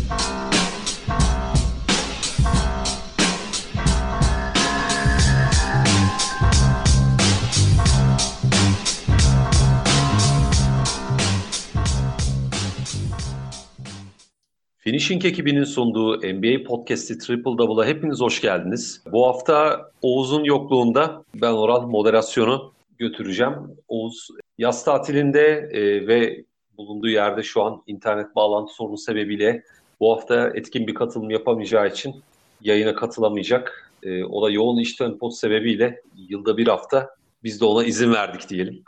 Finishing ekibinin sunduğu NBA Podcast'i Triple Double'a hepiniz hoş geldiniz. Bu hafta Oğuz'un yokluğunda ben Orhan moderasyonu götüreceğim. Oğuz yaz tatilinde ve bulunduğu yerde şu an internet bağlantı sorunu sebebiyle bu hafta etkin bir katılım yapamayacağı için yayına katılamayacak. O da yoğun iş temposu sebebiyle yılda bir hafta biz de ona izin verdik diyelim.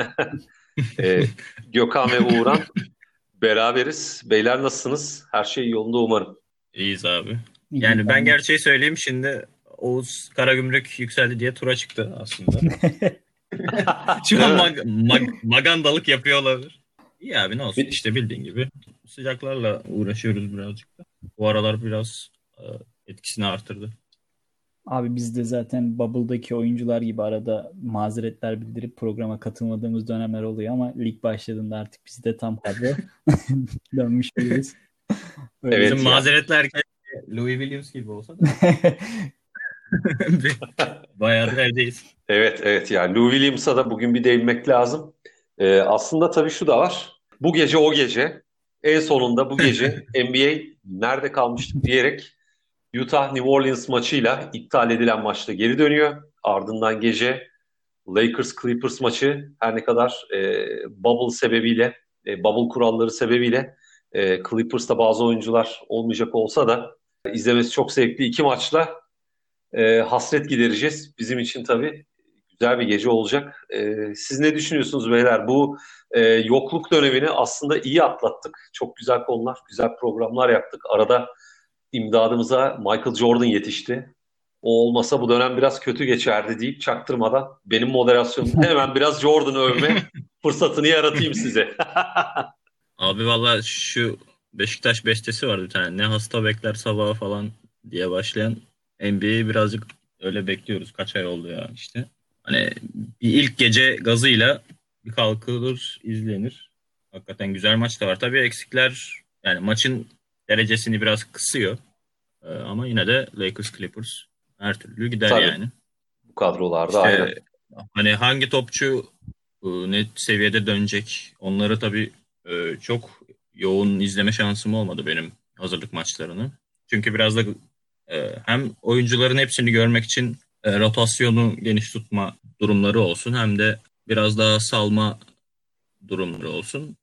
Gökhan ve Uğurhan beraberiz. Beyler nasılsınız? Her şey yolunda umarım. İyiyiz abi. İyi, Yani ben gerçeği söyleyeyim, şimdi Oğuz Karagümrük yükseldi diye tura çıktı aslında. Şu an magandalık yapıyor olabilir. İyi abi, ne olsun işte, bildiğin gibi sıcaklarla uğraşıyoruz birazcık da. Bu aralar biraz etkisini artırdı. Abi biz de zaten Bubble'daki oyuncular gibi arada mazeretler bildirip programa katılmadığımız dönemler oluyor ama lig başladığında artık biz de tam kadro dönmüş oluruz. Evet, Bizim mazeretler Louis Williams gibi olsa da bayağıdır evdeyiz. Evet yani Lou Williams'a da bugün bir değinmek lazım. Aslında tabii şu da var. Bu gece o gece en sonunda bu gece NBA nerede kalmıştık diyerek Utah New Orleans maçıyla iptal edilen maçta geri dönüyor. Ardından gece Lakers Clippers maçı her ne kadar bubble sebebiyle bubble kuralları sebebiyle Clippers'ta bazı oyuncular olmayacak olsa da izlemesi çok zevkli iki maçla hasret gidereceğiz. Bizim için tabii güzel bir gece olacak. Siz ne düşünüyorsunuz beyler? Bu yokluk dönemini aslında iyi atlattık. Çok güzel konular, güzel programlar yaptık. Arada imdadımıza Michael Jordan yetişti. O olmasa bu dönem biraz kötü geçerdi deyip çaktırmadan benim moderasyonum hemen biraz Jordan'ı övme fırsatını yaratayım size. Abi valla şu Beşiktaş bestesi var bir tane. Ne hasta bekler sabaha falan diye başlayan, NBA'yi birazcık öyle bekliyoruz. Kaç ay oldu ya işte. Hani bir ilk gece gazıyla bir kalkılır, izlenir. Hakikaten güzel maç da var. Tabii eksikler, yani maçın derecesini biraz kısıyor. Ama yine de Lakers Clippers her türlü gider Tabii yani. bu kadrolarda İşte aynen. hani hangi topçu ne seviyede dönecek, onları tabii çok yoğun izleme şansım olmadı benim hazırlık maçlarını. Çünkü biraz da hem oyuncuların hepsini görmek için rotasyonu geniş tutma durumları olsun, hem de biraz daha salma durumları olsun.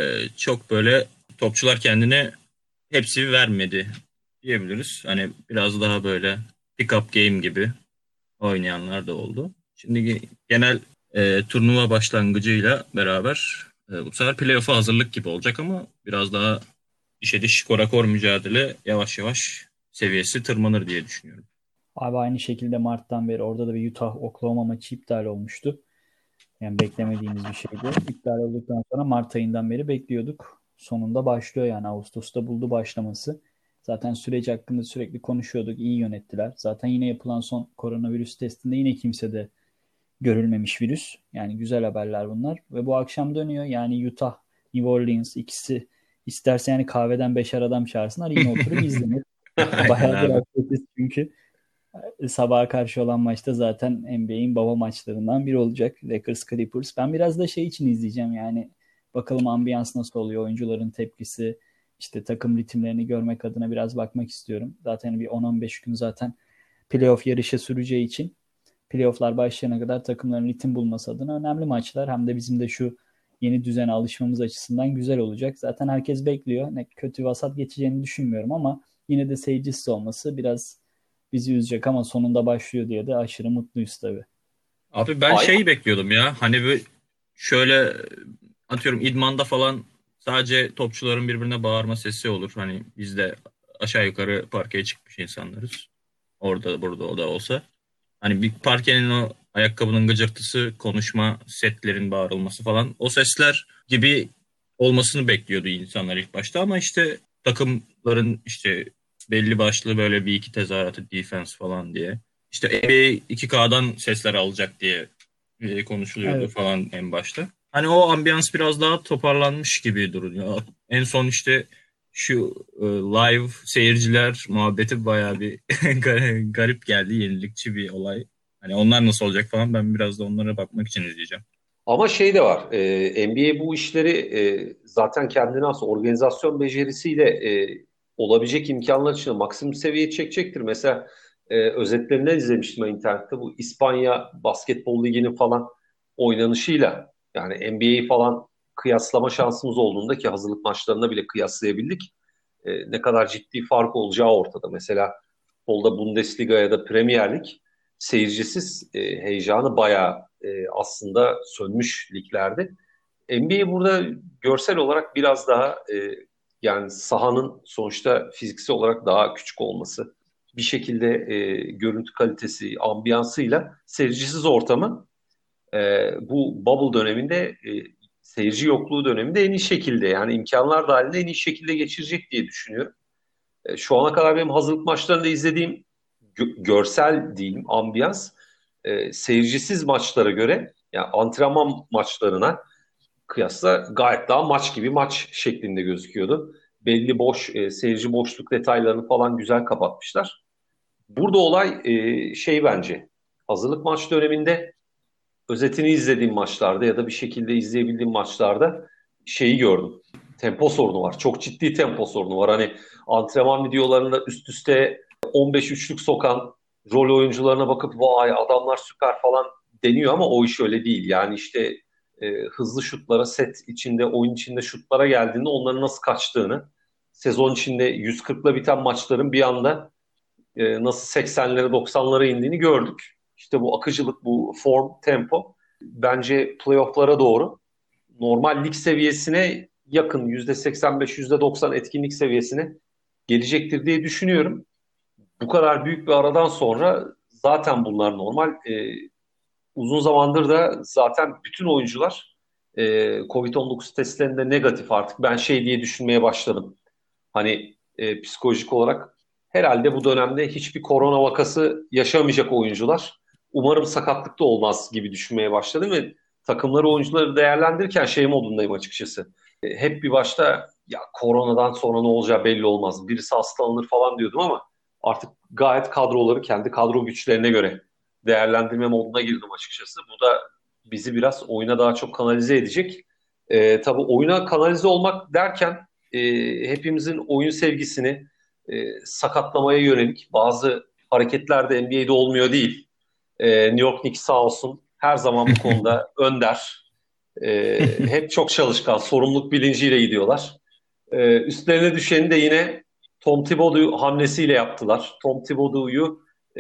Çok böyle topçular kendine hepsi vermedi diyebiliriz. Hani biraz daha böyle pick-up game gibi oynayanlar da oldu. Şimdi genel turnuva başlangıcıyla beraber bu sefer playoff'a hazırlık gibi olacak ama biraz daha dişe diş, skora kor mücadele yavaş yavaş seviyesi tırmanır diye düşünüyorum. Abi aynı şekilde Mart'tan beri orada da bir Utah Oklahoma maçı iptal olmuştu. Yani beklemediğimiz bir şeydi. İptal olduktan sonra Mart ayından beri bekliyorduk. Sonunda başlıyor yani Ağustos'ta buldu başlaması. Zaten süreç hakkında sürekli konuşuyorduk. İyi yönettiler. Zaten yine yapılan son koronavirüs testinde yine kimsede görülmemiş virüs. Yani güzel haberler bunlar. Ve bu akşam dönüyor. Yani Utah, New Orleans ikisi isterse yani kahveden beşer adam çağırsınlar. Yine oturup izlenir. Bayağıdır aktifiz çünkü. Sabaha karşı olan maçta zaten NBA'in baba maçlarından biri olacak. Lakers Clippers. Ben biraz da şey için izleyeceğim yani. Bakalım ambiyans nasıl oluyor, oyuncuların tepkisi, işte takım ritimlerini görmek adına biraz bakmak istiyorum. Zaten bir 10-15 gün zaten playoff yarışı süreceği için playofflar başlayana kadar takımların ritim bulması adına önemli maçlar. Hem de bizim de şu yeni düzene alışmamız açısından güzel olacak. Zaten herkes bekliyor. Ne kötü vasat geçeceğini düşünmüyorum ama yine de seyircisiz olması biraz bizi üzecek ama sonunda başlıyor diye de aşırı mutluyuz tabii. Abi ben şeyi bekliyordum ya. Hani bir şöyle, atıyorum idmanda falan sadece topçuların birbirine bağırma sesi olur. Hani biz de aşağı yukarı parkeye çıkmış insanlarız. Orada burada o da olsa. Hani bir parkenin o ayakkabının gıcırtısı, konuşma setlerin bağırılması falan, o sesler gibi olmasını bekliyordu insanlar ilk başta, ama işte takımların işte belli başlı böyle bir iki tezahüratı, defense falan diye. İşte NBA 2K'dan sesler alacak diye konuşuluyordu Evet. falan en başta. Hani o ambiyans biraz daha toparlanmış gibi duruyor. En son işte şu live seyirciler muhabbeti bayağı bir garip geldi. Yenilikçi bir olay. Hani onlar nasıl olacak falan, ben biraz da onlara bakmak için izleyeceğim. Ama şey de var. NBA bu işleri zaten kendine has organizasyon becerisiyle olabilecek imkanlar için maksimum seviyeye çekecektir. Mesela özetlerinden izlemiştim ben internette. Bu İspanya Basketbol Ligi'nin falan oynanışıyla yani NBA'yi falan kıyaslama şansımız olduğunda ki hazırlık maçlarında bile kıyaslayabildik. Ne kadar ciddi fark olacağı ortada. Mesela futbolda Bundesliga ya da Premier Lig seyircisiz heyecanı bayağı aslında sönmüş liglerde. NBA burada görsel olarak biraz daha yani sahanın sonuçta fiziksel olarak daha küçük olması, bir şekilde görüntü kalitesi, ambiyansıyla seyircisiz ortamı bu bubble döneminde seyirci yokluğu döneminde en iyi şekilde yani imkanlar dahilinde en iyi şekilde geçirecek diye düşünüyorum. Şu ana kadar benim hazırlık maçlarında izlediğim görsel diyeyim ambiyans seyircisiz maçlara göre yani antrenman maçlarına kıyasla gayet daha maç gibi maç şeklinde gözüküyordu. Belli boş seyirci boşluk detaylarını falan güzel kapatmışlar. Burada olay şey bence hazırlık maç döneminde özetini izlediğim maçlarda ya da bir şekilde izleyebildiğim maçlarda şeyi gördüm. Tempo sorunu var. Çok ciddi tempo sorunu var. Hani antrenman videolarında üst üste 15 üçlük sokan rol oyuncularına bakıp vay adamlar süper falan deniyor ama o iş öyle değil. Yani işte hızlı şutlara, set içinde, oyun içinde şutlara geldiğinde onların nasıl kaçtığını, sezon içinde 140'la biten maçların bir anda nasıl 80'lere 90'lara indiğini gördük. İşte bu akıcılık, bu form, tempo bence playoff'lara doğru normal lig seviyesine yakın %85, %90 etkinlik seviyesine gelecektir diye düşünüyorum. Bu kadar büyük bir aradan sonra zaten bunlar normal. Uzun zamandır da zaten bütün oyuncular Covid-19 testlerinde negatif artık. Ben şey diye düşünmeye başladım. Hani psikolojik olarak herhalde bu dönemde hiçbir korona vakası yaşamayacak oyuncular. Umarım sakatlık da olmaz gibi düşünmeye başladım ve takımları oyuncuları değerlendirirken şey modundayım açıkçası. Hep bir başta ya koronadan sonra ne olacağı belli olmaz. Birisi hastalanır falan diyordum ama artık gayet kadroları kendi kadro güçlerine göre değerlendirme moduna girdim açıkçası. Bu da bizi biraz oyuna daha çok kanalize edecek. Tabii oyuna kanalize olmak derken e, hepimizin oyun sevgisini sakatlamaya yönelik bazı hareketler de NBA'de olmuyor değil. New York Knicks sağ olsun her zaman bu konuda önder. Hep çok çalışkan, sorumluluk bilinciyle gidiyorlar. Üstlerine düşeni de yine Tom Thibodeau hamlesiyle yaptılar. Tom Thibodeau'yu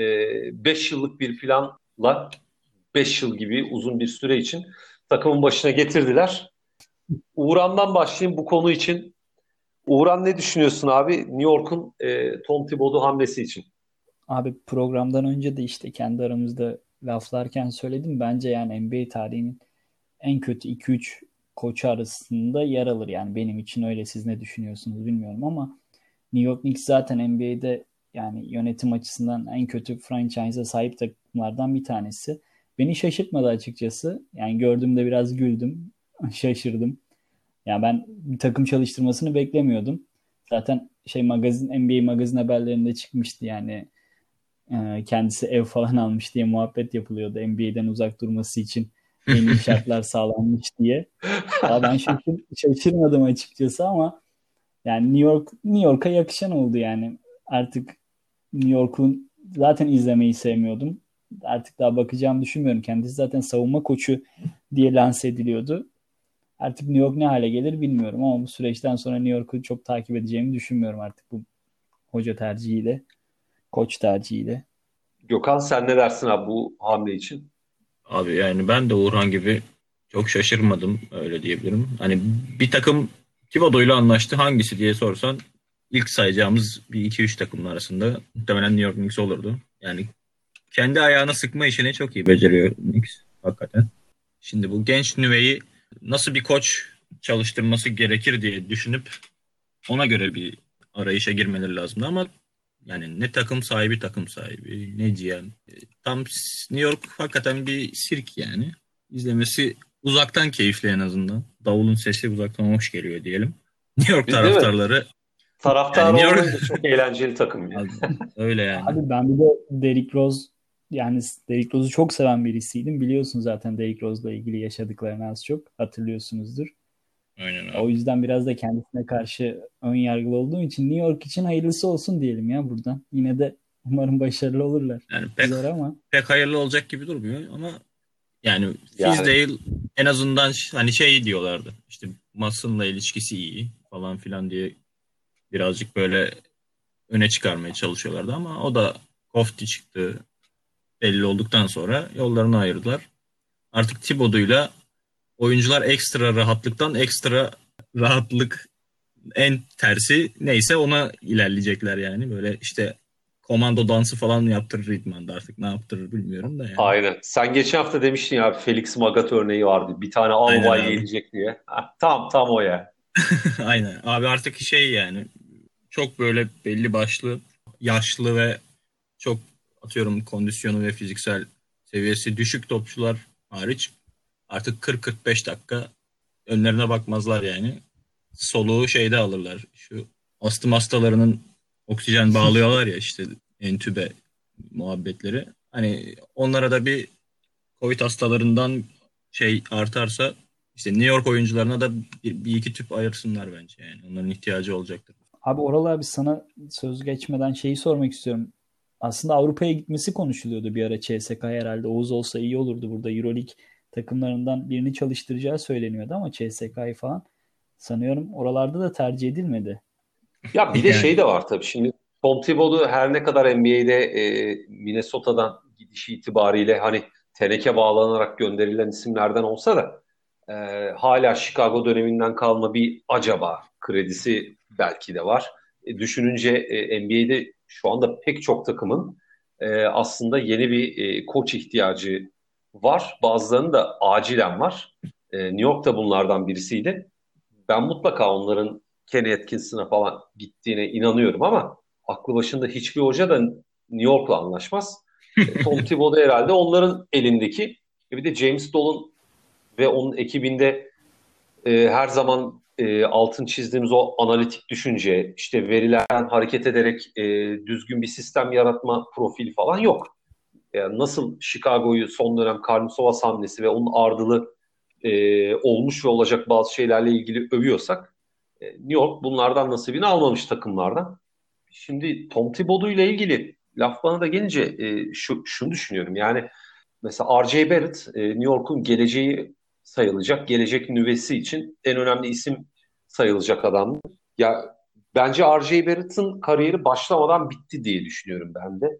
5 yıllık bir planla 5 yıl gibi uzun bir süre için takımın başına getirdiler. Uğran'dan başlayayım bu konu için. Uğran ne düşünüyorsun abi New York'un Tom Thibodeau hamlesi için? Abi programdan önce de işte kendi aramızda laflarken söyledim. Bence yani NBA tarihinin en kötü 2-3 koçu arasında yer alır. Yani benim için öyle. Siz ne düşünüyorsunuz bilmiyorum ama New York Knicks zaten NBA'de yani yönetim açısından en kötü franchise'a sahip takımlardan bir tanesi. Beni şaşırtmadı açıkçası. Yani gördüğümde biraz güldüm. Şaşırdım. Yani ben bir takım çalıştırmasını beklemiyordum. Zaten şey magazin NBA magazin haberlerinde çıkmıştı yani kendisi ev falan almış diye muhabbet yapılıyordu NBA'den uzak durması için en iyi şartlar sağlanmış diye. Valla ben şaşırmadım açıkçası ama yani New York'a yakışan oldu yani. Artık New York'un zaten izlemeyi sevmiyordum. Artık daha bakacağımı düşünmüyorum. Kendisi zaten savunma koçu diye lanse ediliyordu. Artık New York ne hale gelir bilmiyorum ama bu süreçten sonra New York'u çok takip edeceğimi düşünmüyorum artık bu hoca tercihiyle, koç tercihiyle. Gökhan sen ne dersin abi bu hamle için? Abi yani ben de Uğurhan gibi çok şaşırmadım, öyle diyebilirim. Hani bir takım Thibodeau'yla anlaştı, hangisi diye sorsan ilk sayacağımız bir iki üç takımın arasında muhtemelen New York Knicks olurdu. Yani kendi ayağını sıkma işini çok iyi beceriyor Knicks hakikaten. Şimdi bu genç nüveyi nasıl bir koç çalıştırması gerekir diye düşünüp ona göre bir arayışa girmeleri lazımdı ama yani ne takım sahibi ne GM. Tam New York hakikaten bir sirk yani. İzlemesi uzaktan keyifli en azından. Davulun sesi uzaktan hoş geliyor diyelim. New York Değil mi? taraftarları Taraftar Yani New olmayınca York çok eğlenceli takım ya. öyle yani. Abi ben bir de Derrick Rose, yani Derrick Rose'u çok seven birisiydim. Biliyorsun zaten Derrick Rose'la ilgili yaşadıklarını az çok hatırlıyorsunuzdur. Aynen O abi. yüzden biraz da kendisine karşı ön yargılı olduğum için New York için hayırlısı olsun diyelim ya buradan. Yine de umarım başarılı olurlar. Yani Zor ama. pek hayırlı olacak gibi durmuyor ama yani Yani Fizdale en azından hani şey diyorlardı. İşte Mason'la ilişkisi iyi falan filan diye birazcık böyle öne çıkarmaya çalışıyorlardı ama o da kofti çıktı belli olduktan sonra yollarını ayırdılar. Artık Thibodeau'yla oyuncular ekstra rahatlıktan ekstra rahatlık en tersi neyse ona ilerleyecekler yani. Böyle işte komando dansı falan yaptırır Ridman'da artık ne yaptırır bilmiyorum da yani. aynen. Sen geçen hafta demiştin ya Felix Magath örneği vardı. Bir tane Aynen albay abi. gelecek diye. Ha, tam o ya. Aynen. Abi artık şey yani çok böyle belli başlı, yaşlı ve çok atıyorum kondisyonu ve fiziksel seviyesi düşük topçular hariç artık 40-45 dakika önlerine bakmazlar yani. Soluğu şeyde alırlar. Şu astım hastalarının oksijen bağlıyorlar ya işte entübe muhabbetleri. Hani onlara da bir Covid hastalarından şey artarsa işte New York oyuncularına da bir iki tüp ayırsınlar bence yani. Onların ihtiyacı olacaktır. Abi Oral abi sana söz geçmeden şeyi sormak istiyorum. Aslında Avrupa'ya gitmesi konuşuluyordu bir ara CSK herhalde. Oğuz olsa iyi olurdu burada. Euroleague takımlarından birini çalıştıracağı söyleniyordu ama CSK'yı falan sanıyorum oralarda da tercih edilmedi. Ya bir de Yani şey de var tabii. Şimdi Tom Thibodeau her ne kadar NBA'de Minnesota'dan gidişi itibariyle hani teneke bağlanarak gönderilen isimlerden olsa da hala Chicago döneminden kalma bir acaba kredisi belki de var. Düşününce NBA'de şu anda pek çok takımın aslında yeni bir koç ihtiyacı var. Bazılarının da acilen var. New York da bunlardan birisiydi. Ben mutlaka onların Kenny Atkinson'a falan gittiğine inanıyorum ama aklı başında hiçbir hoca da New York'la anlaşmaz. Tom Thibodeau herhalde onların elindeki. Bir de James Dolan ve onun ekibinde her zaman altın çizdiğimiz o analitik düşünce, işte verilerden hareket ederek düzgün bir sistem yaratma profili falan yok. Yani nasıl Chicago'yu son dönem Karnisovas hamlesi ve onun ardılı olmuş ve olacak bazı şeylerle ilgili övüyorsak New York bunlardan nasibini almamış takımlardan. Şimdi Tom Thibodeau ile ilgili laf bana da gelince şunu düşünüyorum. Yani mesela R.J. Barrett New York'un geleceği sayılacak, gelecek nüvesi için en önemli isim sayılacak adam. Ya bence R.J. Barrett'ın kariyeri başlamadan bitti diye düşünüyorum ben de.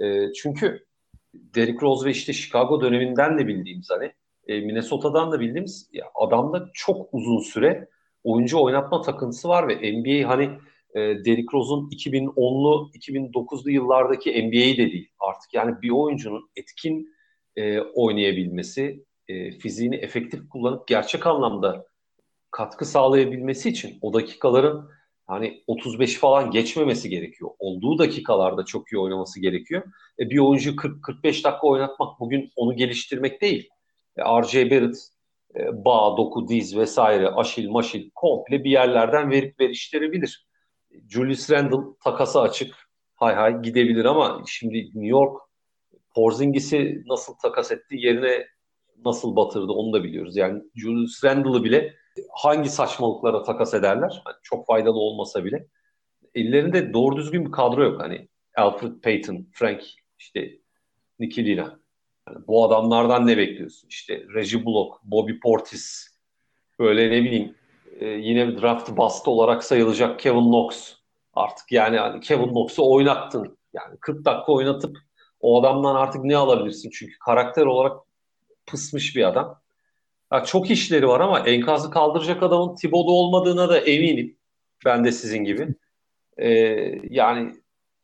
Çünkü Derrick Rose ve işte Chicago döneminden de bildiğimiz hani Minnesota'dan da bildiğimiz ya adamda çok uzun süre oyuncu oynatma takıntısı var ve NBA hani Derrick Rose'un 2010'lu 2009'lu yıllardaki NBA'yi de değil artık yani bir oyuncunun etkin oynayabilmesi, fiziğini efektif kullanıp gerçek anlamda katkı sağlayabilmesi için o dakikaların hani 35 falan geçmemesi gerekiyor. Olduğu dakikalarda çok iyi oynaması gerekiyor. Bir oyuncu 40-45 dakika oynatmak bugün onu geliştirmek değil. R.J. Barrett, bağ, doku, diz vesaire, aşil, maşil komple bir yerlerden verip veriştirebilir. Julius Randle takası açık. Hay hay gidebilir ama şimdi New York Porzingis'i nasıl takas etti, yerine nasıl batırdı onu da biliyoruz. Yani Julius Randle'ı bile hangi saçmalıklara takas ederler? Hani çok faydalı olmasa bile. Ellerinde doğru düzgün bir kadro yok. Hani Alfred Payton, Frank, işte Nikilina. Yani bu adamlardan ne bekliyorsun? İşte Reggie Bullock, Bobby Portis, böyle ne bileyim yine bir draft bastı olarak sayılacak Kevin Knox. Artık yani hani Kevin Knox'u oynattın. Yani 40 dakika oynatıp o adamdan artık ne alabilirsin? Çünkü karakter olarak pısmış bir adam. Ya çok işleri var ama enkazı kaldıracak adamın Thibodeau olmadığına da eminim. Ben de sizin gibi. Ee, yani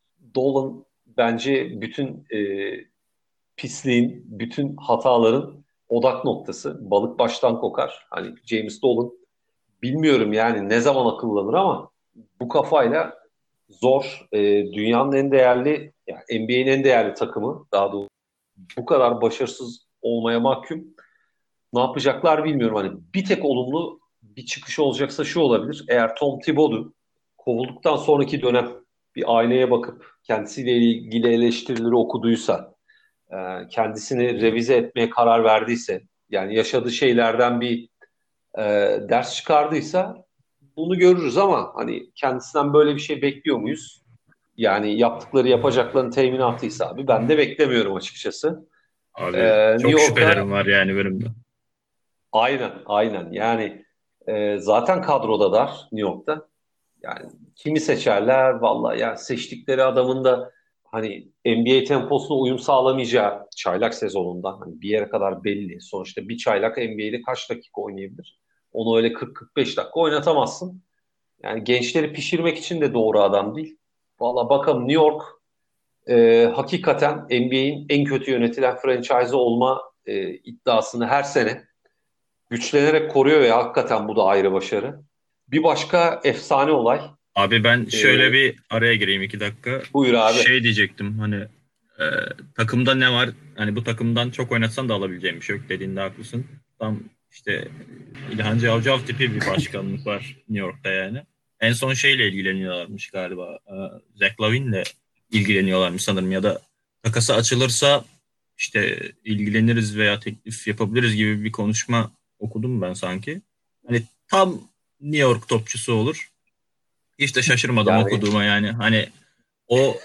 Dolan bence bütün pisliğin, bütün hataların odak noktası. Balık baştan kokar. Hani James Dolan bilmiyorum yani ne zaman akıllanır ama bu kafayla zor. Dünyanın en değerli, yani NBA'nin en değerli takımı daha doğrusu bu kadar başarısız olmaya mahkum. Ne yapacaklar bilmiyorum. Hani bir tek olumlu bir çıkış olacaksa şu olabilir. Eğer Tom Thibodeau kovulduktan sonraki dönem bir aynaya bakıp kendisiyle ilgili eleştirileri okuduysa, kendisini revize etmeye karar verdiyse, yani yaşadığı şeylerden bir e, ders çıkardıysa bunu görürüz ama hani kendisinden böyle bir şey bekliyor muyuz? Yani yaptıkları yapacaklarının teminatıysa abi ben de beklemiyorum açıkçası. Abi New çok York'a şüphelerim var yani benim de. aynen yani zaten kadroda dar New York'ta. Yani kimi seçerler vallahi yani seçtikleri adamın da hani NBA temposuna uyum sağlamayacağı çaylak sezonundan hani bir yere kadar belli. Sonuçta bir çaylak NBA'de kaç dakika oynayabilir? Onu öyle 40-45 dakika oynatamazsın. Yani gençleri pişirmek için de doğru adam değil. Valla bakalım New York hakikaten NBA'in en kötü yönetilen franchise olma iddiasını her sene güçlenerek koruyor ve hakikaten bu da ayrı başarı. Bir başka efsane olay. Abi ben E, şöyle bir araya gireyim 2 dakika. Buyur abi. Şey diyecektim hani e, takımda ne var? Hani bu takımdan çok oynatsan da alabileceğim bir şey yok dediğinde haklısın. Tam işte İlhan Cavcav tipi bir başkanlık var New York'ta yani. En son şeyle ilgileniyorlarmış galiba. Zach LaVine'le ilgileniyorlarmış sanırım ya da takası açılırsa işte ilgileniriz veya teklif yapabiliriz gibi bir konuşma okudum ben sanki. Hani tam New York topçusu olur. Hiç de şaşırmadım Yani okuduğuma yani. Hani o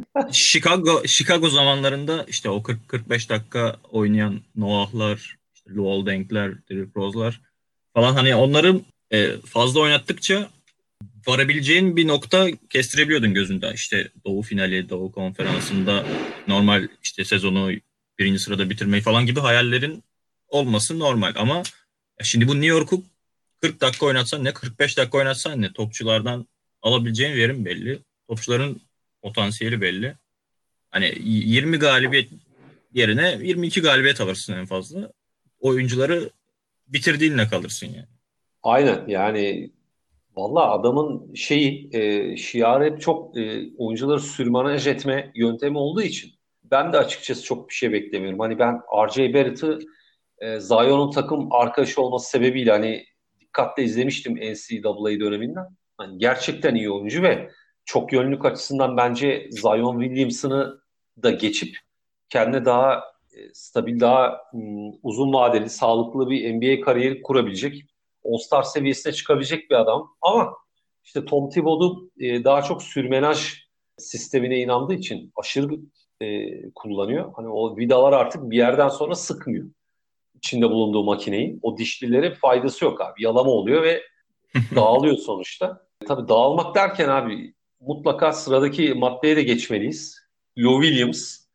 Chicago zamanlarında işte o 40-45 dakika oynayan Noah'lar, işte Luol Deng'ler, Derrick Rose'lar falan hani onları fazla oynattıkça varabileceğin bir nokta kestirebiliyordun gözünde. İşte Doğu finali, Doğu konferansında normal işte sezonu birinci sırada bitirmeyi falan gibi hayallerin olması normal. Ama şimdi bu New York'u 40 dakika oynatsan ne, 45 dakika oynatsan ne, topçulardan alabileceğin verim belli. Topçuların potansiyeli belli. Hani 20 galibiyet yerine 22 galibiyet alırsın en fazla. Oyuncuları bitirdiğinle kalırsın yani. aynen yani valla adamın şiarı hep çok oyuncuları sürmanaj etme yöntemi olduğu için ben de açıkçası çok bir şey beklemiyorum. Hani ben R.J. Barrett'ı Zion'un takım arkadaşı olması sebebiyle hani dikkatle izlemiştim NCAA döneminden. Hani gerçekten iyi oyuncu ve çok yönlülük açısından bence Zion Williamson'ı da geçip kendine daha stabil, daha uzun vadeli, sağlıklı bir NBA kariyeri kurabilecek, All-Star seviyesine çıkabilecek bir adam. Ama işte Tom Thibodeau daha çok sürmenaj sistemine inandığı için aşırı kullanıyor. Hani o vidalar artık bir yerden sonra sıkmıyor içinde bulunduğu makineyi. O dişlilere faydası yok abi. Yalama oluyor ve dağılıyor sonuçta. Tabii dağılmak derken abi mutlaka sıradaki maddeye de geçmeliyiz. Lou Williams.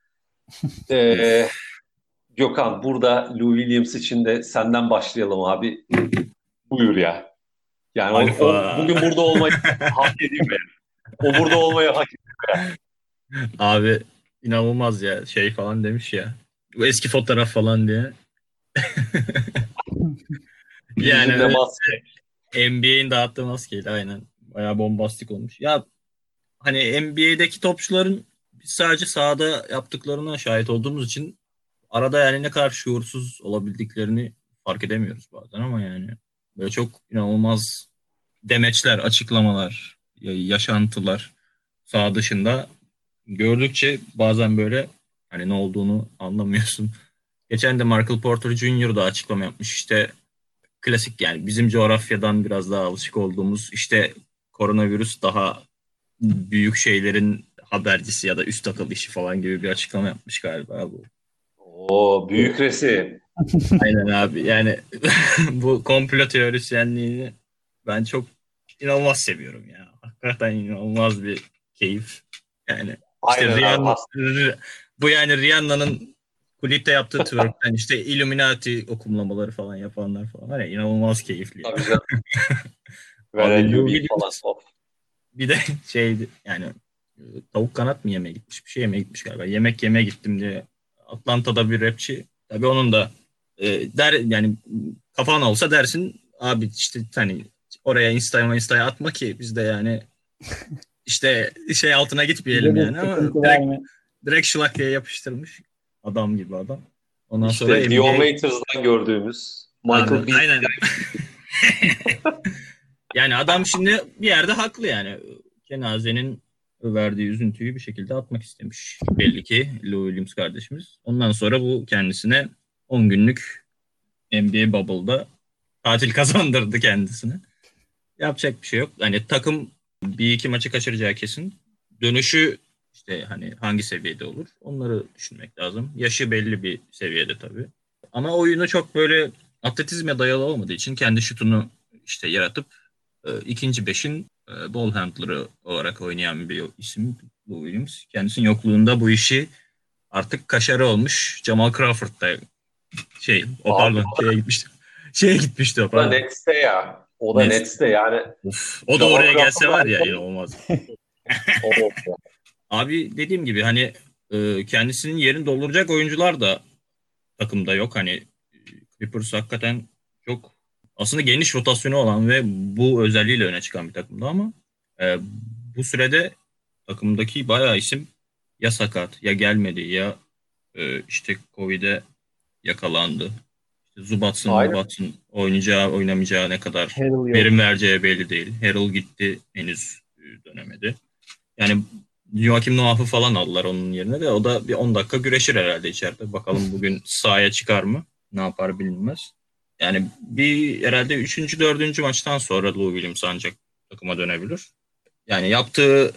Ee, Of. Gökhan burada Lou Williams için de senden başlayalım abi. Buyur ya. Yani o Alfa. bugün burada olmayı hak ediyor yani. O burada olmayı hak ediyor. Abi inanılmaz ya şey falan demiş ya. Bu eski fotoğraf falan diye. Yani Yüzünde maske. NBA'in dağıttığı maskeyle aynen. Bayağı bombastik olmuş. Ya hani NBA'deki topçuların biz sadece sahada yaptıklarına şahit olduğumuz için arada yani ne kadar şuursuz olabildiklerini fark edemiyoruz bazen ama yani böyle çok inanılmaz demeçler, açıklamalar, yaşantılar saha dışında gördükçe bazen böyle hani ne olduğunu anlamıyorsun. Geçen de Michael Porter Jr. da açıklama yapmış. İşte klasik yani bizim coğrafyadan biraz daha alışık olduğumuz işte koronavirüs daha büyük şeylerin habercisi ya da üst akıl işi falan gibi bir açıklama yapmış galiba bu. O büyük resim. Aynen abi yani bu komplo teorisyenliğini ben çok inanılmaz seviyorum ya. Hakikaten inanılmaz bir keyif. Yani işte Aynen abi. Bu yani Rihanna'nın klipte yaptığı twerk'ten işte Illuminati okumlamaları falan yapanlar falan var ya inanılmaz keyifli ya. Tabii canım. Abi Veren Lou Lubi falan. Williams Of. bir de şeydi yani tavuk kanat mı yemeye gitmiş bir şey yemeye gitmiş galiba. Yemek yemeye gittim diye Atlanta'da bir rapçi. Tabii onun da der yani kafan olsa dersin abi işte hani oraya Insta'ya atma ki biz de yani işte şey altına Bize gitmeyelim de yani ama sıkıntı direkt verme. direkt şılak diye yapıştırmış. Adam gibi adam. Ondan sonra İşte Dion NBA Waiters'dan gördüğümüz abi Michael Beasley. aynen. Yani adam şimdi bir yerde haklı yani. cenazenin verdiği üzüntüyü bir şekilde atmak istemiş. Belli ki Lou Williams kardeşimiz. Ondan sonra bu kendisine 10 günlük NBA Bubble'da tatil kazandırdı kendisine. Yapacak bir şey yok. Hani takım bir iki maçı kaçıracağı kesin. Dönüşü işte hani hangi seviyede olur? Onları düşünmek lazım. Yaşı belli bir seviyede tabii. Ama oyunu çok böyle atletizme dayalı olmadığı için kendi şutunu işte yaratıp ikinci beşin ball handler'ı olarak oynayan bir isim Lou Williams. Kendisinin yokluğunda bu işi artık kaşarı olmuş. Jamal Crawford da Abi şeye gitmişti o o da pardon. Nets'te ya. O da Nets. Nets'te yani. Of, o da Jamal oraya gelse var ya Crawford'la inanılmaz. o Abi dediğim gibi hani kendisinin yerini dolduracak oyuncular da takımda yok. Hani Clippers hakikaten çok aslında geniş rotasyonu olan ve bu özelliğiyle öne çıkan bir takımdı ama e, bu sürede takımdaki bayağı isim ya sakat ya gelmedi ya işte Covid'e yakalandı. İşte aynen. Zubats'ın oynayacağı oynamayacağı ne kadar Harrell verim yok. vereceği belli değil. Harrell gitti henüz dönemedi. Yani Joakim Noah'ı falan aldılar onun yerine de. O da bir 10 dakika güreşir herhalde içeride. Bakalım bugün sahaya çıkar mı? Ne yapar bilinmez. Yani bir herhalde 3. 4. maçtan sonra Lou Williams ancak takıma dönebilir. Yani yaptığı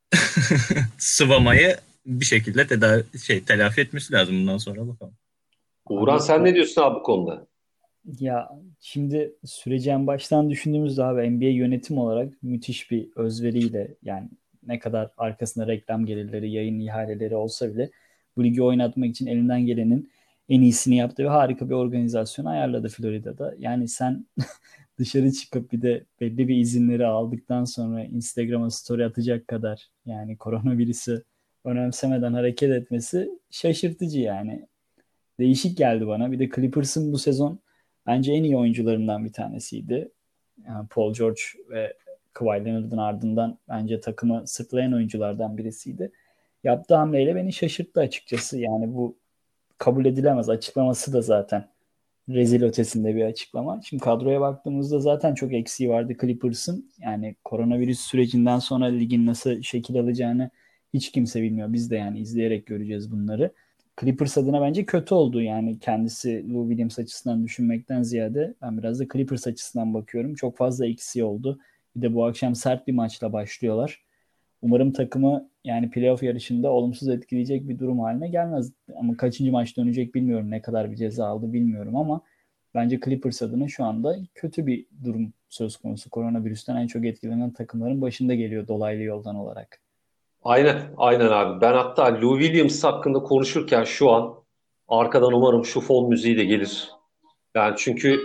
sıvamayı bir şekilde telafi etmesi lazım bundan sonra bakalım. Uğran Abi sen ne diyorsun abi bu konuda? ya şimdi süreci en baştan düşündüğümüzde abi NBA yönetim olarak müthiş bir özveriyle yani ne kadar arkasında reklam gelirleri, yayın ihaleleri olsa bile bu ligi oynatmak için elinden gelenin en iyisini yaptı ve harika bir organizasyon ayarladı Florida'da. Yani sen dışarı çıkıp bir de belli bir izinleri aldıktan sonra Instagram'a story atacak kadar yani koronavirüsü önemsemeden hareket etmesi şaşırtıcı yani. Değişik geldi bana. Bir de Clippers'ın bu sezon bence en iyi oyuncularından bir tanesiydi. Yani Paul George ve Kawhi Leonard'ın ardından bence takımı sırtlayan oyunculardan birisiydi. Yaptığı hamleyle beni şaşırttı açıkçası. Yani bu kabul edilemez. Açıklaması da zaten rezil ötesinde bir açıklama. Şimdi kadroya baktığımızda zaten çok eksiği vardı Clippers'ın. Yani koronavirüs sürecinden sonra ligin nasıl şekil alacağını hiç kimse bilmiyor. Biz de yani izleyerek göreceğiz bunları. Clippers adına bence kötü oldu. Yani kendisi Lou Williams açısından düşünmekten ziyade ben biraz da Clippers açısından bakıyorum. Çok fazla eksiği oldu. Bir de bu akşam sert bir maçla başlıyorlar. Umarım takımı yani playoff yarışında olumsuz etkileyecek bir durum haline gelmez. Ama kaçıncı maç dönecek bilmiyorum. Ne kadar bir ceza aldı bilmiyorum ama bence Clippers adına şu anda kötü bir durum söz konusu. Koronavirüsten en çok etkilenen takımların başında geliyor dolaylı yoldan olarak. Aynen, aynen abi. Ben hatta Lou Williams hakkında konuşurken şu an arkadan umarım şu fon müziği de gelir. Yani çünkü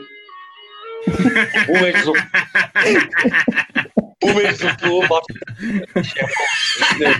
bu meczup bu meczupluğu başka bir şey yapamaz.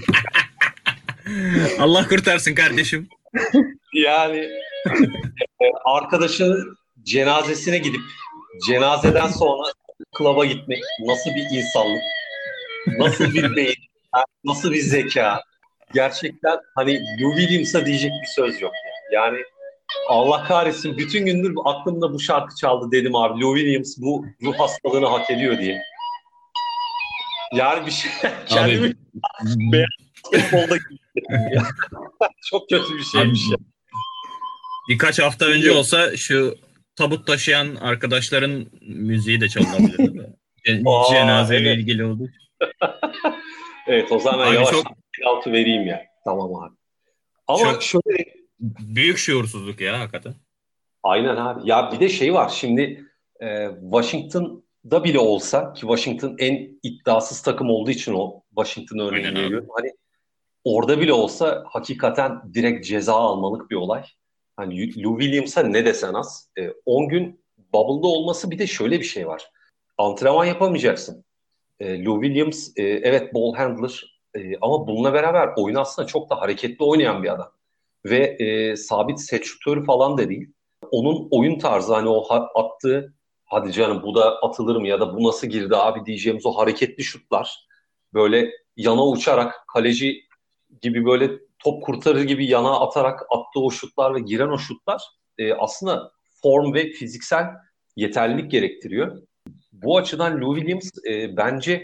Allah kurtarsın kardeşim. Yani arkadaşının cenazesine gidip cenazeden sonra klaba gitmek nasıl bir insanlık, nasıl bir beyin, nasıl bir zeka. Gerçekten hani Lou Williams'a diyecek bir söz yok. Yani Allah kahretsin bütün gündür aklımda bu şarkı çaldı dedim abi. Lou Williams bu ruh hastalığını hak ediyor diye. Yani bir şey Abi kendimi beyaz basketbolda çok kötü bir abi şeymiş ya. birkaç hafta önce Bilmiyorum. olsa şu tabut taşıyan arkadaşların müziği de çalınabilirdi de. Aa Cenazeyle evet. ilgili oldu. Evet o zaman Abi yavaş çok altı vereyim ya. Tamam abi. Ama çok şöyle büyük şuursuzluk ya hakikaten. aynen abi. Ya bir de şey var. Şimdi Washington'da bile olsa ki Washington en iddiasız takım olduğu için o Washington Aynen örneğini abi. veriyorum. Hani orada bile olsa hakikaten direkt ceza almalık bir olay. Hani Lou Williams'a ne desen az. 10 gün bubble'da olması bir de şöyle bir şey var. Antrenman yapamayacaksın. Lou Williams evet ball handler ama bununla beraber oyun aslında çok da hareketli oynayan bir adam. Ve sabit set şutörü falan da değil. Onun oyun tarzı hani o attığı hadi canım bu da atılır mı ya da bu nasıl girdi abi diyeceğimiz o hareketli şutlar. Böyle yana uçarak kaleci gibi böyle top kurtarır gibi yana atarak attığı o şutlar ve giren o şutlar aslında form ve fiziksel yeterlilik gerektiriyor. Bu açıdan Lou Williams bence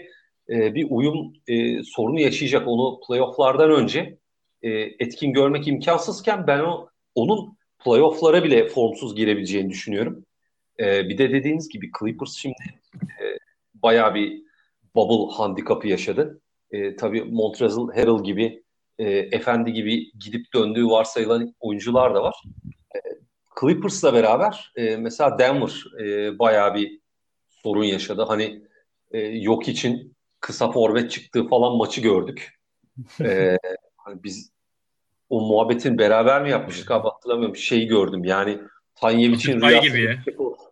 bir uyum sorunu yaşayacak. Onu playofflardan önce etkin görmek imkansızken ben onun playofflara bile formsuz girebileceğini düşünüyorum. Bir de dediğiniz gibi Clippers şimdi bayağı bir bubble handikapı yaşadı. Tabii Montrezl Harrell gibi, Efendi gibi gidip döndüğü varsayılan oyuncular da var. Clippers'la beraber mesela Denver bayağı bir sorun yaşadı. Hani yok için kısa forvet çıktığı falan maçı gördük. Hani biz o muhabbetin beraber mi yapmıştık abi hatırlamıyorum. Şeyi gördüm yani Tanyevic'in Butterfly rüyası gibi ya.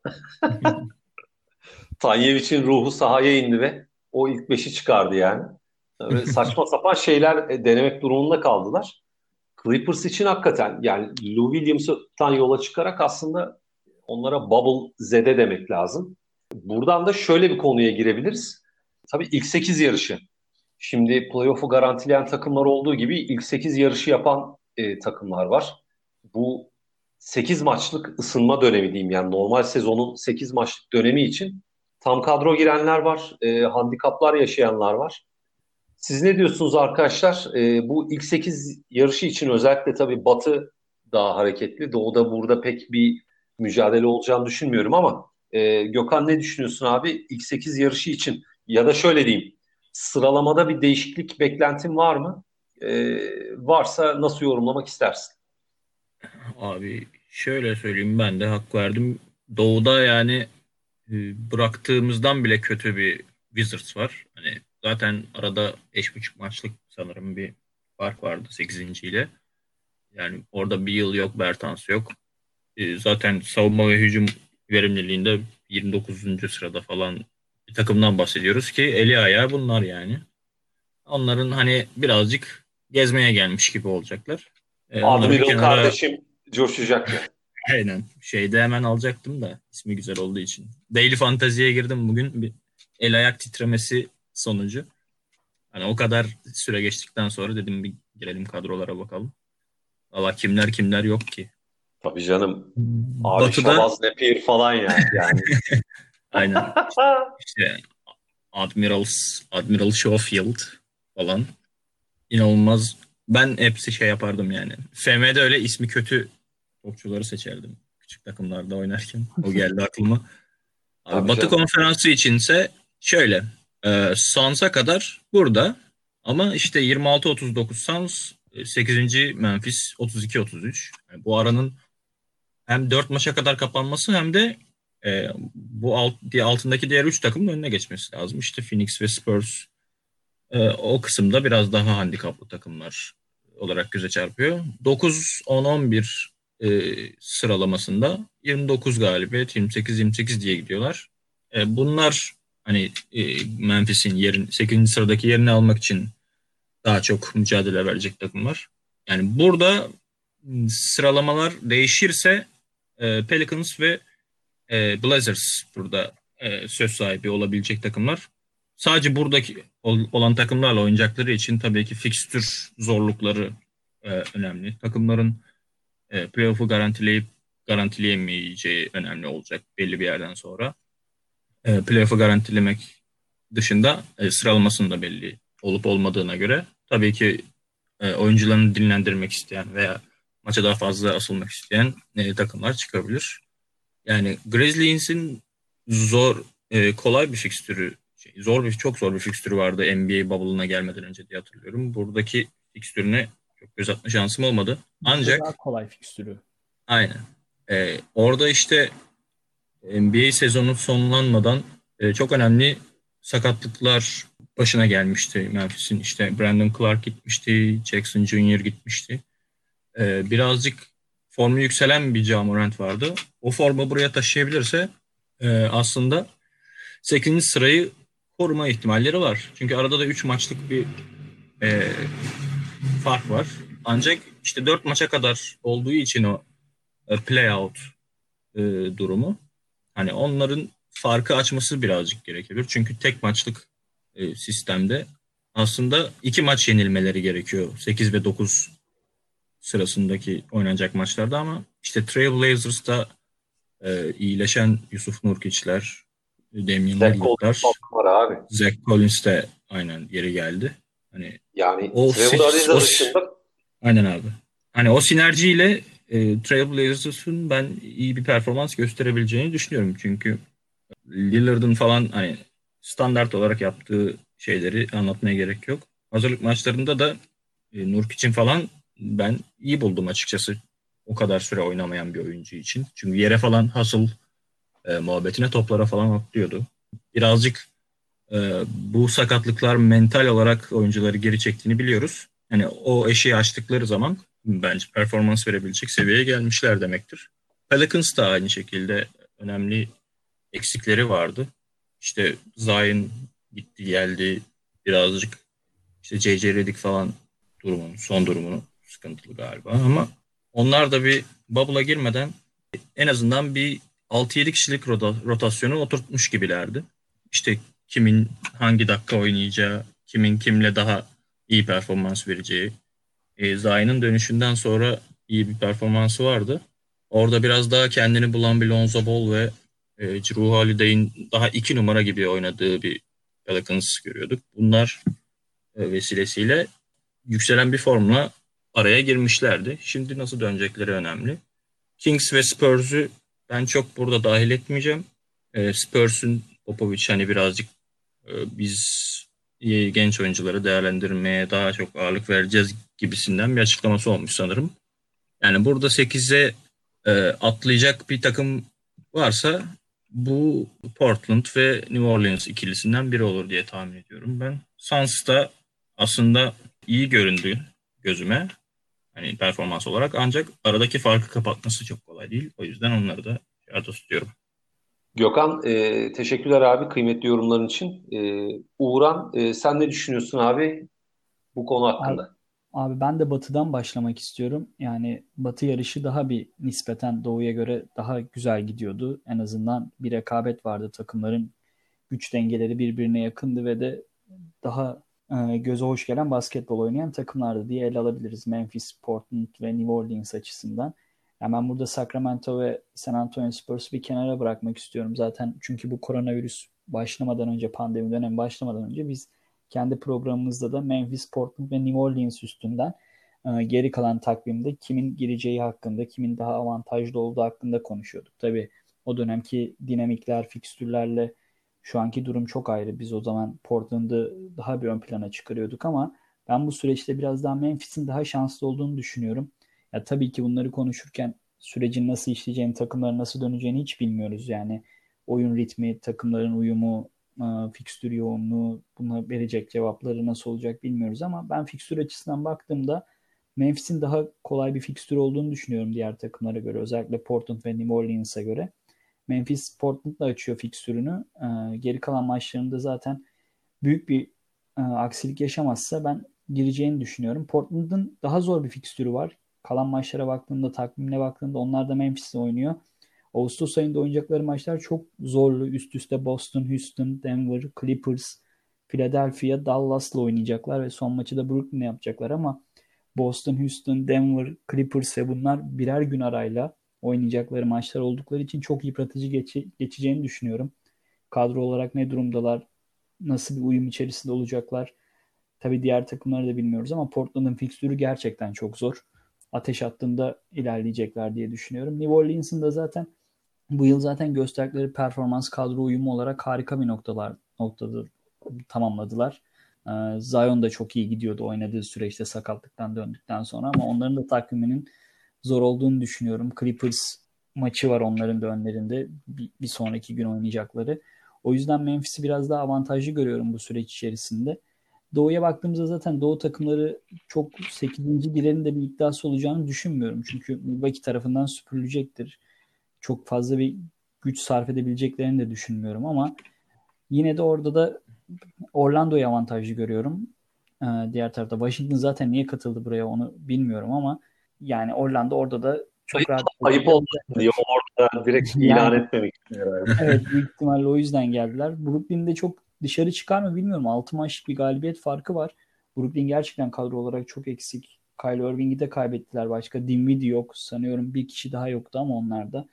Tanyevic'in ruhu sahaya indi ve o ilk beşi çıkardı yani. Böyle saçma sapan şeyler denemek durumunda kaldılar. Clippers için hakikaten yani Lou Williams'tan yola çıkarak aslında onlara bubble zede demek lazım. Buradan da şöyle bir konuya girebiliriz. Tabii ilk 8 yarışı. Şimdi playoff'u garantileyen takımlar olduğu gibi ilk 8 yarışı yapan takımlar var. Bu 8 maçlık ısınma dönemi diyeyim yani normal sezonun 8 maçlık dönemi için tam kadro girenler var, handikaplar yaşayanlar var. Siz ne diyorsunuz arkadaşlar? Bu ilk 8 yarışı için özellikle tabii Batı daha hareketli. Doğu'da burada pek bir mücadele olacağını düşünmüyorum ama Gökhan ne düşünüyorsun abi? İlk 8 yarışı için ya da şöyle diyeyim. Sıralamada bir değişiklik beklentin var mı? Varsa nasıl yorumlamak istersin? Abi şöyle söyleyeyim, ben de hak verdim. Doğu'da yani bıraktığımızdan bile kötü bir Wizards var. Hani zaten arada 5,5 maçlık sanırım bir fark vardı 8. ile. Yani orada bir yıl yok, Bertans yok. Zaten savunma ve hücum verimliliğinde 29. sırada falan bir takımdan bahsediyoruz ki eli ayağı bunlar yani. Onların hani birazcık gezmeye gelmiş gibi olacaklar. Onları bir Admiral kenara kardeşim coşacak ya. aynen şeyde hemen alacaktım da ismi güzel olduğu için. Daily Fantasy'ye girdim bugün, bir el ayak titremesi sonucu. Hani o kadar süre geçtikten sonra dedim bir girelim kadrolara bakalım. Valla kimler kimler yok ki. Tabii canım. Abi Batı'da Şabaz Napier falan ya. Yani. aynen işte Admiral Schofield falan. İnanılmaz. Ben hepsi şey yapardım yani. FM'de öyle ismi kötü topçuları seçerdim. Küçük takımlarda oynarken. O geldi aklıma. Abi Tabii Batı canım. Konferansı içinse şöyle. Suns'a kadar burada. Ama işte 26-39 Suns, 8. Memphis 32-33. Yani bu aranın hem 4 maça kadar kapanması hem de altındaki diğer 3 takımın önüne geçmesi lazım. İşte Phoenix ve Spurs o kısımda biraz daha handikaplı takımlar olarak göze çarpıyor. 9, 10, 11 sıralamasında 29 galibiyet, 28-28 diye gidiyorlar. Bunlar hani Memphis'in 8. sıradaki yerini almak için daha çok mücadele verecek takımlar. Yani burada sıralamalar değişirse Pelicans ve Blazers burada söz sahibi olabilecek takımlar. Sadece buradaki olan takımlarla oynayacakları için tabii ki fikstür zorlukları önemli. Takımların playoff'u garantileyemeyeceği önemli olacak belli bir yerden sonra. Playoff'u garantilemek dışında sıralamasının da belli olup olmadığına göre tabii ki oyuncularını dinlendirmek isteyen veya maça daha fazla asılmak isteyen takımlar çıkabilir. Yani Grizzlies'in kolay bir fikstürü, çok zor bir fikstürü vardı NBA Bubble'ına gelmeden önce diye hatırlıyorum. Buradaki fikstürüne çok göz atma şansım olmadı. Bizde daha Ancak kolay fikstürü. aynen. Orada işte NBA sezonu sonlanmadan çok önemli sakatlıklar başına gelmişti Memphis'in. İşte Brandon Clark gitmişti, Jackson Junior gitmişti. Birazcık formu yükselen bir Ja Morant vardı. O formu buraya taşıyabilirse aslında 8. sırayı koruma ihtimalleri var. Çünkü arada da 3 maçlık bir e, fark var. Ancak işte 4 maça kadar olduğu için o playout durumu, hani onların farkı açması birazcık gerekebilir. Çünkü tek maçlık sistemde aslında 2 maç yenilmeleri gerekiyor 8 ve 9 sırasındaki oynanacak maçlarda, ama işte Trailblazers'ta iyileşen Yusuf Nurkic'ler, Damian Zach Collins Lillard'lar, falan var abi. Zach Collins de aynen geri geldi. Hani Yani o Trevor Ariza dışında aynen abi. Hani o sinerjiyle Trailblazers'ın ben iyi bir performans gösterebileceğini düşünüyorum. Çünkü Lillard'ın falan hani standart olarak yaptığı şeyleri anlatmaya gerek yok. Hazırlık maçlarında da Nurkic'in falan ben iyi buldum açıkçası. O kadar süre oynamayan bir oyuncu için. Çünkü yere falan hustle muhabbetine toplara falan atlıyordu. Birazcık bu sakatlıklar mental olarak oyuncuları geri çektiğini biliyoruz. Hani o eşiği aştıkları zaman bence performans verebilecek seviyeye gelmişler demektir. Pelicans da aynı şekilde önemli eksikleri vardı. İşte Zion gitti geldi birazcık işte J.J. Redick falan son durumunu sıkıntılı galiba ama onlar da bir bubble'a girmeden en azından bir 6-7 kişilik rotasyonu oturtmuş gibilerdi. İşte kimin hangi dakika oynayacağı, kimin kimle daha iyi performans vereceği. Zion'ın dönüşünden sonra iyi bir performansı vardı. Orada biraz daha kendini bulan bir Lonzo Ball ve Jrue Holiday'in daha 2 numara gibi oynadığı bir Pelicans görüyorduk. Bunlar vesilesiyle yükselen bir formla araya girmişlerdi. Şimdi nasıl dönecekleri önemli. Kings ve Spurs'u ben çok burada dahil etmeyeceğim. Spurs'un Popovich hani birazcık biz genç oyuncuları değerlendirmeye daha çok ağırlık vereceğiz gibisinden bir açıklaması olmuş sanırım. Yani burada 8'e atlayacak bir takım varsa bu Portland ve New Orleans ikilisinden biri olur diye tahmin ediyorum ben. Suns da aslında iyi göründü gözüme. Hani performans olarak ancak aradaki farkı kapatması çok kolay değil. O yüzden onları da şurada tutuyorum. Gökhan, teşekkürler abi kıymetli yorumların için. Uğran, sen ne düşünüyorsun abi bu konu Abi, hakkında? abi ben de Batı'dan başlamak istiyorum. Yani Batı yarışı daha bir nispeten Doğu'ya göre daha güzel gidiyordu. En azından bir rekabet vardı. Takımların güç dengeleri birbirine yakındı ve de daha göze hoş gelen basketbol oynayan takımlardı diye ele alabiliriz. Memphis, Portland ve New Orleans açısından. Yani ben burada Sacramento ve San Antonio Spurs'u bir kenara bırakmak istiyorum. Zaten çünkü bu koronavirüs başlamadan önce, pandemi dönemi başlamadan önce biz kendi programımızda da Memphis, Portland ve New Orleans üstünden geri kalan takvimde kimin gireceği hakkında, kimin daha avantajlı olduğu hakkında konuşuyorduk. Tabii o dönemki dinamikler, fikstürlerle şu anki durum çok ayrı. Biz o zaman Portland'ı daha bir ön plana çıkarıyorduk ama ben bu süreçte biraz daha Memphis'in daha şanslı olduğunu düşünüyorum. Ya tabii ki bunları konuşurken sürecin nasıl işleyeceğini, takımların nasıl döneceğini hiç bilmiyoruz. Yani oyun ritmi, takımların uyumu, fikstür yoğunluğu, buna verecek cevapları nasıl olacak bilmiyoruz ama ben fikstür açısından baktığımda Memphis'in daha kolay bir fikstür olduğunu düşünüyorum diğer takımlara göre. Özellikle Portland ve New Orleans'a göre. Memphis Portland'la açıyor fikstürünü. Geri kalan maçlarında zaten büyük bir aksilik yaşamazsa ben gireceğini düşünüyorum. Portland'ın daha zor bir fikstürü var. Kalan maçlara baktığımda, takvimine baktığımda onlar da Memphis'le oynuyor. Ağustos ayında oynayacakları maçlar çok zorlu. Üst üste Boston, Houston, Denver, Clippers, Philadelphia, Dallas'la oynayacaklar ve son maçı da Brooklyn'le yapacaklar ama Boston, Houston, Denver, Clippers ve bunlar birer gün arayla oynayacakları maçlar oldukları için çok yıpratıcı geçeceğini düşünüyorum. Kadro olarak ne durumdalar, nasıl bir uyum içerisinde olacaklar. Tabii diğer takımları da bilmiyoruz ama Portland'ın fikstürü gerçekten çok zor. Ateş hattında ilerleyecekler diye düşünüyorum. New Orleans'ın da zaten bu yıl zaten gösterdikleri performans kadro uyumu olarak harika bir noktada tamamladılar. Zion da çok iyi gidiyordu oynadığı süreçte sakatlıktan döndükten sonra ama onların da takviminin zor olduğunu düşünüyorum. Clippers maçı var onların da önlerinde bir sonraki gün oynayacakları. O yüzden Memphis'i biraz daha avantajlı görüyorum bu süreç içerisinde. Doğu'ya baktığımızda zaten Doğu takımları çok 8. girenin de bir iddiası olacağını düşünmüyorum. Çünkü Milwaukee tarafından süpürülecektir. Çok fazla bir güç sarf edebileceklerini de düşünmüyorum ama yine de orada da Orlando'yu avantajlı görüyorum. Diğer tarafta Washington zaten niye katıldı buraya onu bilmiyorum ama yani Orlando orada da Ayıp, çok rahat bir ayıp şekilde olmasın diye alacaktır. orada direkt ilan Yani etmemek için herhalde. evet büyük ihtimalle o yüzden geldiler. Brooklyn'de çok dışarı çıkar mı bilmiyorum. 6 maçlık bir galibiyet farkı var. Brooklyn gerçekten kadro olarak çok eksik. Kyrie Irving'i de kaybettiler başka. Dinwiddie yok. Sanıyorum bir kişi daha yoktu ama onlar da.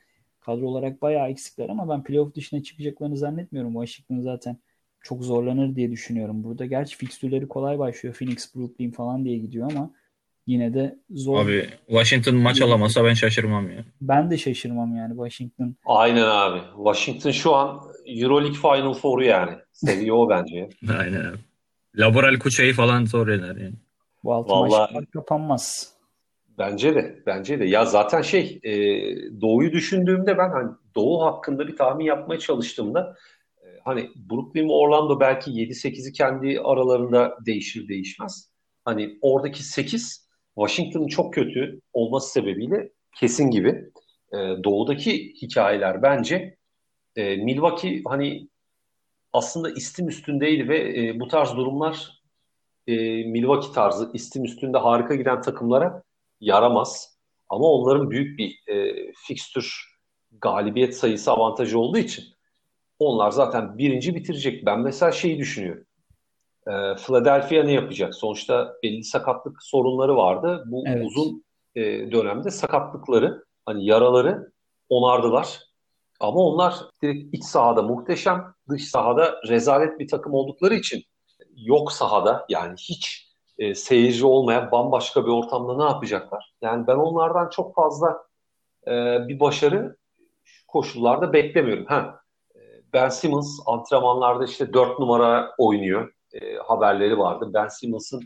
Kadro olarak bayağı eksikler ama ben playoff dışına çıkacaklarını zannetmiyorum. Washington zaten çok zorlanır diye düşünüyorum. Burada gerçi fikstürleri kolay başlıyor. Phoenix, Brooklyn falan diye gidiyor ama yine de zor. Abi Washington maç alamasa ben şaşırmam ya. Ben de şaşırmam yani Washington. Aynen abi. Washington şu an EuroLeague Final Four'u yani. Seviye o bence. Aynen abi. Laboral Kuça'yı falan zor yener yani. Bu altı Vallahi maçlar kapanmaz. bence de. Bence de. Ya zaten Doğu'yu düşündüğümde ben hani Doğu hakkında bir tahmin yapmaya çalıştığımda hani Brooklyn ve Orlando belki 7-8'i kendi aralarında değişir değişmez. Hani oradaki 8 Washington'ın çok kötü olması sebebiyle kesin gibi. Doğudaki hikayeler bence Milwaukee hani aslında istim üstündeydi ve bu tarz durumlar Milwaukee tarzı istim üstünde harika giden takımlara yaramaz. Ama onların büyük bir fikstür galibiyet sayısı avantajı olduğu için onlar zaten birinci bitirecek. Ben mesela şeyi düşünüyorum. Philadelphia ne yapacak? Sonuçta belli sakatlık sorunları vardı. Bu Evet. uzun dönemde sakatlıkları, hani yaraları onardılar. Ama onlar direkt iç sahada muhteşem, dış sahada rezalet bir takım oldukları için yok sahada yani hiç seyirci olmayan bambaşka bir ortamda ne yapacaklar? Yani ben onlardan çok fazla e, bir başarı şu koşullarda beklemiyorum. Ben Simmons antrenmanlarda işte 4 numara oynuyor. Haberleri vardı. Ben Simmons'ın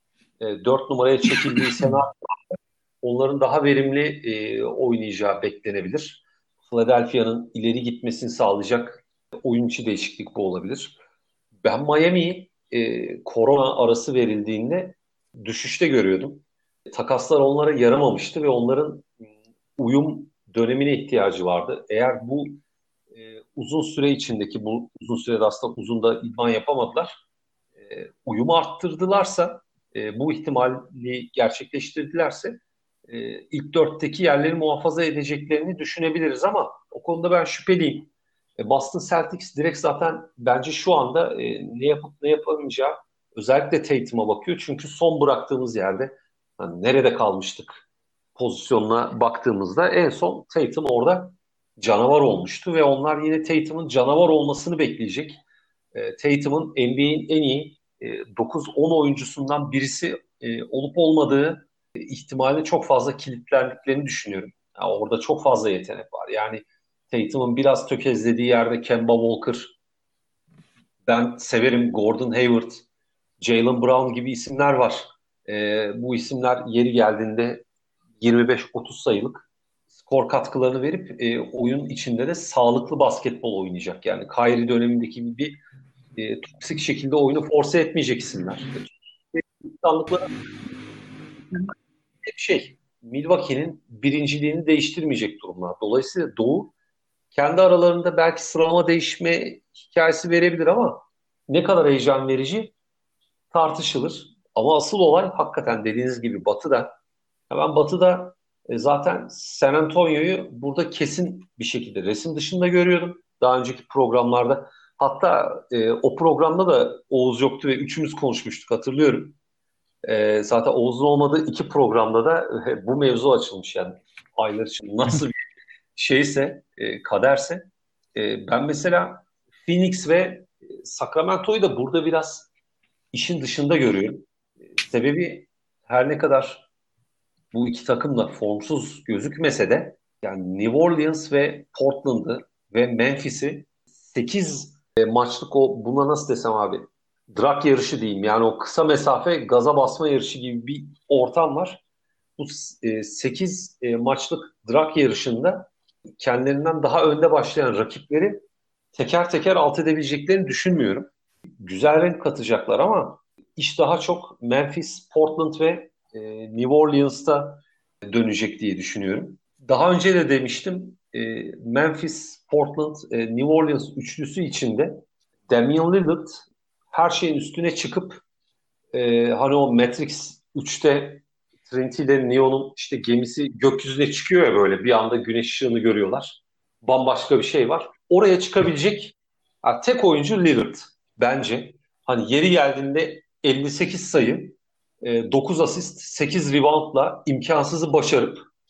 4 numaraya çekildiği senaryo onların daha verimli oynayacağı beklenebilir. Philadelphia'nın ileri gitmesini sağlayacak oyun içi değişiklik bu olabilir. Ben Miami'yi korona arası verildiğinde düşüşte görüyordum. Takaslar onlara yaramamıştı ve onların uyum dönemine ihtiyacı vardı. Eğer bu uzun süre içindeki bu uzun sürede aslında uzun da idman yapamadılar. Uyumu arttırdılarsa bu ihtimali gerçekleştirdilerse ilk dörtteki yerleri muhafaza edeceklerini düşünebiliriz ama o konuda ben şüpheliyim. Boston Celtics direkt zaten bence şu anda ne yapıp ne yapamayacağı özellikle Tatum'a bakıyor. Çünkü son bıraktığımız yerde hani nerede kalmıştık pozisyonuna baktığımızda en son Tatum orada canavar olmuştu ve onlar yine Tatum'un canavar olmasını bekleyecek. Tatum'un NBA'in en iyi 9-10 oyuncusundan birisi olup olmadığı ihtimali çok fazla kilitlendiklerini düşünüyorum. Yani orada çok fazla yetenek var. Yani Tatum'un biraz tökezlediği yerde Kemba Walker, ben severim Gordon Hayward, Jaylen Brown gibi isimler var. Bu isimler yeri geldiğinde 25-30 sayılık skor katkılarını verip oyun içinde de sağlıklı basketbol oynayacak. Yani Kyrie dönemindeki gibi toksik şekilde oyunu force etmeyecek isimler. İnsanlıkla bir şey. Milwaukee'nin birinciliğini değiştirmeyecek durumlar. Dolayısıyla Doğu kendi aralarında belki sıralama değişme hikayesi verebilir ama ne kadar heyecan verici tartışılır. Ama asıl olay hakikaten dediğiniz gibi Batı'da. Ben Batı'da zaten San Antonio'yu burada kesin bir şekilde resim dışında görüyordum. Daha önceki programlarda. Hatta o programda da Oğuz yoktu ve üçümüz konuşmuştuk hatırlıyorum. Zaten Oğuz'un olmadığı iki programda da bu mevzu açılmış yani. Aylar için nasıl bir şeyse, kaderse. Ben mesela Phoenix ve Sacramento'yu da burada biraz işin dışında görüyorum. Sebebi her ne kadar bu iki takım da formsuz gözükmese de yani New Orleans ve Portland'ı ve Memphis'i 8 maçlık o buna nasıl desem abi drag yarışı diyeyim. Yani o kısa mesafe gaza basma yarışı gibi bir ortam var. Bu 8 maçlık drag yarışında kendilerinden daha önde başlayan rakipleri teker teker alt edebileceklerini düşünmüyorum. Güzel renk katacaklar ama iş daha çok Memphis, Portland ve New Orleans'ta dönecek diye düşünüyorum. Daha önce de demiştim Memphis, Portland, New Orleans üçlüsü içinde Damian Lillard her şeyin üstüne çıkıp hani o Matrix 3'te Trinity ile Neo'nun işte gemisi gökyüzüne çıkıyor ya böyle bir anda güneş ışığını görüyorlar. Bambaşka bir şey var. Oraya çıkabilecek tek oyuncu Lillard bence. Hani yeri geldiğinde 58 sayı, 9 asist, 8 reboundla imkansızı başarıp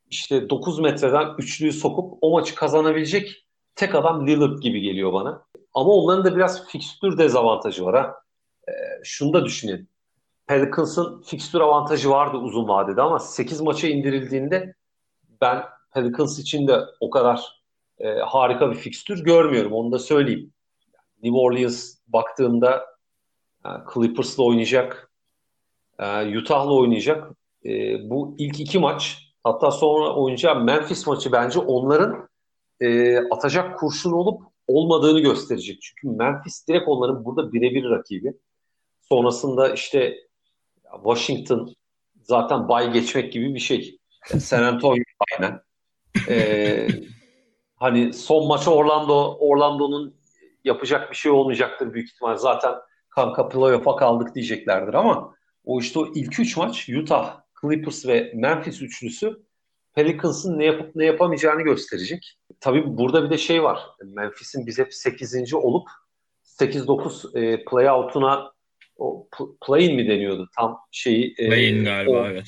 işte 9 metreden üçlüyü sokup o maçı kazanabilecek tek adam Lillard gibi geliyor bana. Ama onların da biraz fikstür dezavantajı var ha. Şunu da düşünelim. Pelicans'ın fikstür avantajı vardı uzun vadede ama 8 maça indirildiğinde ben Pelicans için de o kadar harika bir fikstür görmüyorum. Onu da söyleyeyim. New Orleans baktığımda Clippers'la oynayacak, Utah'la oynayacak. Bu ilk iki maç, hatta sonra oynayacağı Memphis maçı bence onların atacak kurşun olup olmadığını gösterecek. Çünkü Memphis direkt onların burada birebir rakibi. Sonrasında işte Washington zaten bay geçmek gibi bir şey. San Antonio aynen. Ee, Hani son maçı Orlando'nun yapacak bir şey olmayacaktır büyük ihtimal. Zaten kanka playoff'a kaldık diyeceklerdir ama o işte o ilk üç maç Utah, Clippers ve Memphis üçlüsü Pelicans'ın ne yapıp ne yapamayacağını gösterecek. Tabii burada bir de şey var. Memphis'in biz hep sekizinci olup 8-9 playout'una play-in mi deniyordu? Tam şeyi Play'in galiba, evet.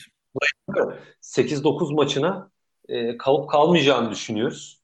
8-9 maçına kalıp kalmayacağını düşünüyoruz.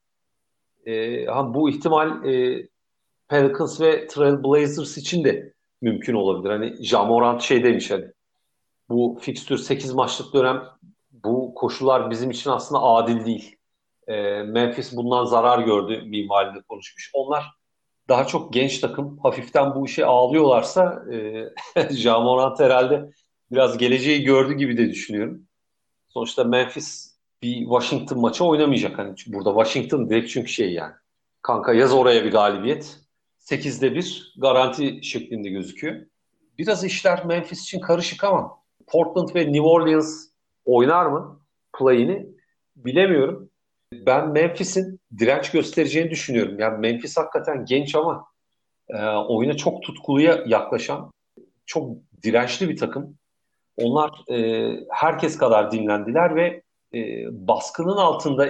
Bu ihtimal Pelicans ve Trail Blazers için de mümkün olabilir. Hani Ja Morant şey demiş hani bu fikstür 8 maçlık dönem bu koşullar bizim için aslında adil değil. Memphis bundan zarar gördü minvalinde konuşmuş. Onlar daha çok genç takım. Hafiften bu işe ağlıyorlarsa Ja Morant herhalde biraz geleceği gördü gibi de düşünüyorum. Sonuçta Memphis bir Washington maçı oynamayacak. Hani burada Washington direkt çünkü şey yani. Kanka yaz oraya bir galibiyet. 8'de bir garanti şeklinde gözüküyor. Biraz işler Memphis için karışık ama Portland ve New Orleans oynar mı play'ini bilemiyorum. Ben Memphis'in direnç göstereceğini düşünüyorum. Yani Memphis hakikaten genç ama oyuna çok tutkuluya yaklaşan, çok dirençli bir takım. Onlar herkes kadar dinlendiler ve baskının altında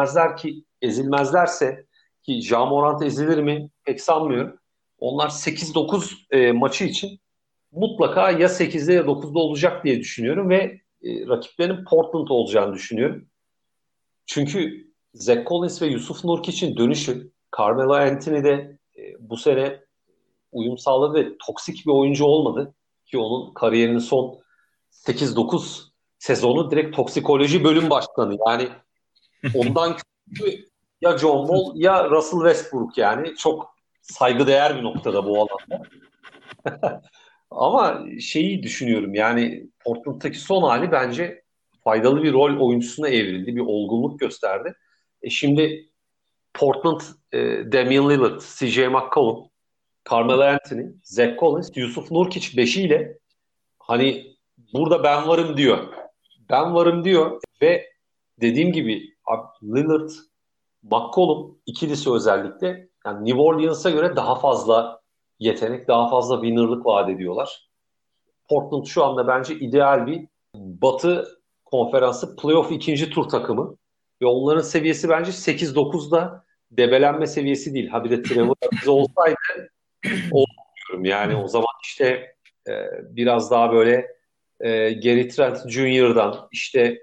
ezilmezlerse ki Ja Morant ezilir mi pek sanmıyorum. Onlar 8-9 maçı için mutlaka ya 8'de ya 9'da olacak diye düşünüyorum ve rakiplerinin Portland olacağını düşünüyorum. Çünkü Zach Collins ve Yusuf Nurkic'in dönüşü, Carmelo Anthony de bu sene uyum sağladı ve toksik bir oyuncu olmadı. Ki onun kariyerinin son 8-9 sezonu direkt toksikoloji bölüm başkanı. Yani ondan kötü ya John Wall ya Russell Westbrook yani. Çok saygıdeğer bir noktada bu alanda. Ama şeyi düşünüyorum yani Portland'daki son hali bence faydalı bir rol oyuncusuna evrildi. Bir olgunluk gösterdi. Şimdi Portland, Damian Lillard, CJ McCollum, Carmelo Anthony, Zach Collins, Yusuf Nurkic beşiyle hani burada ben varım diyor. Ben varım diyor ve dediğim gibi Lillard, McCollum ikilisi özellikle yani New Orleans'a göre daha fazla yetenek, daha fazla winner'lık vaat ediyorlar. Portland şu anda bence ideal bir Batı konferansı playoff ikinci tur takımı ve onların seviyesi bence 8-9'da debelenme seviyesi değil. Ha bir de Trevor Ariza olsaydı olmuyorum. Yani o zaman işte biraz daha böyle Gary Trent Jr.'dan işte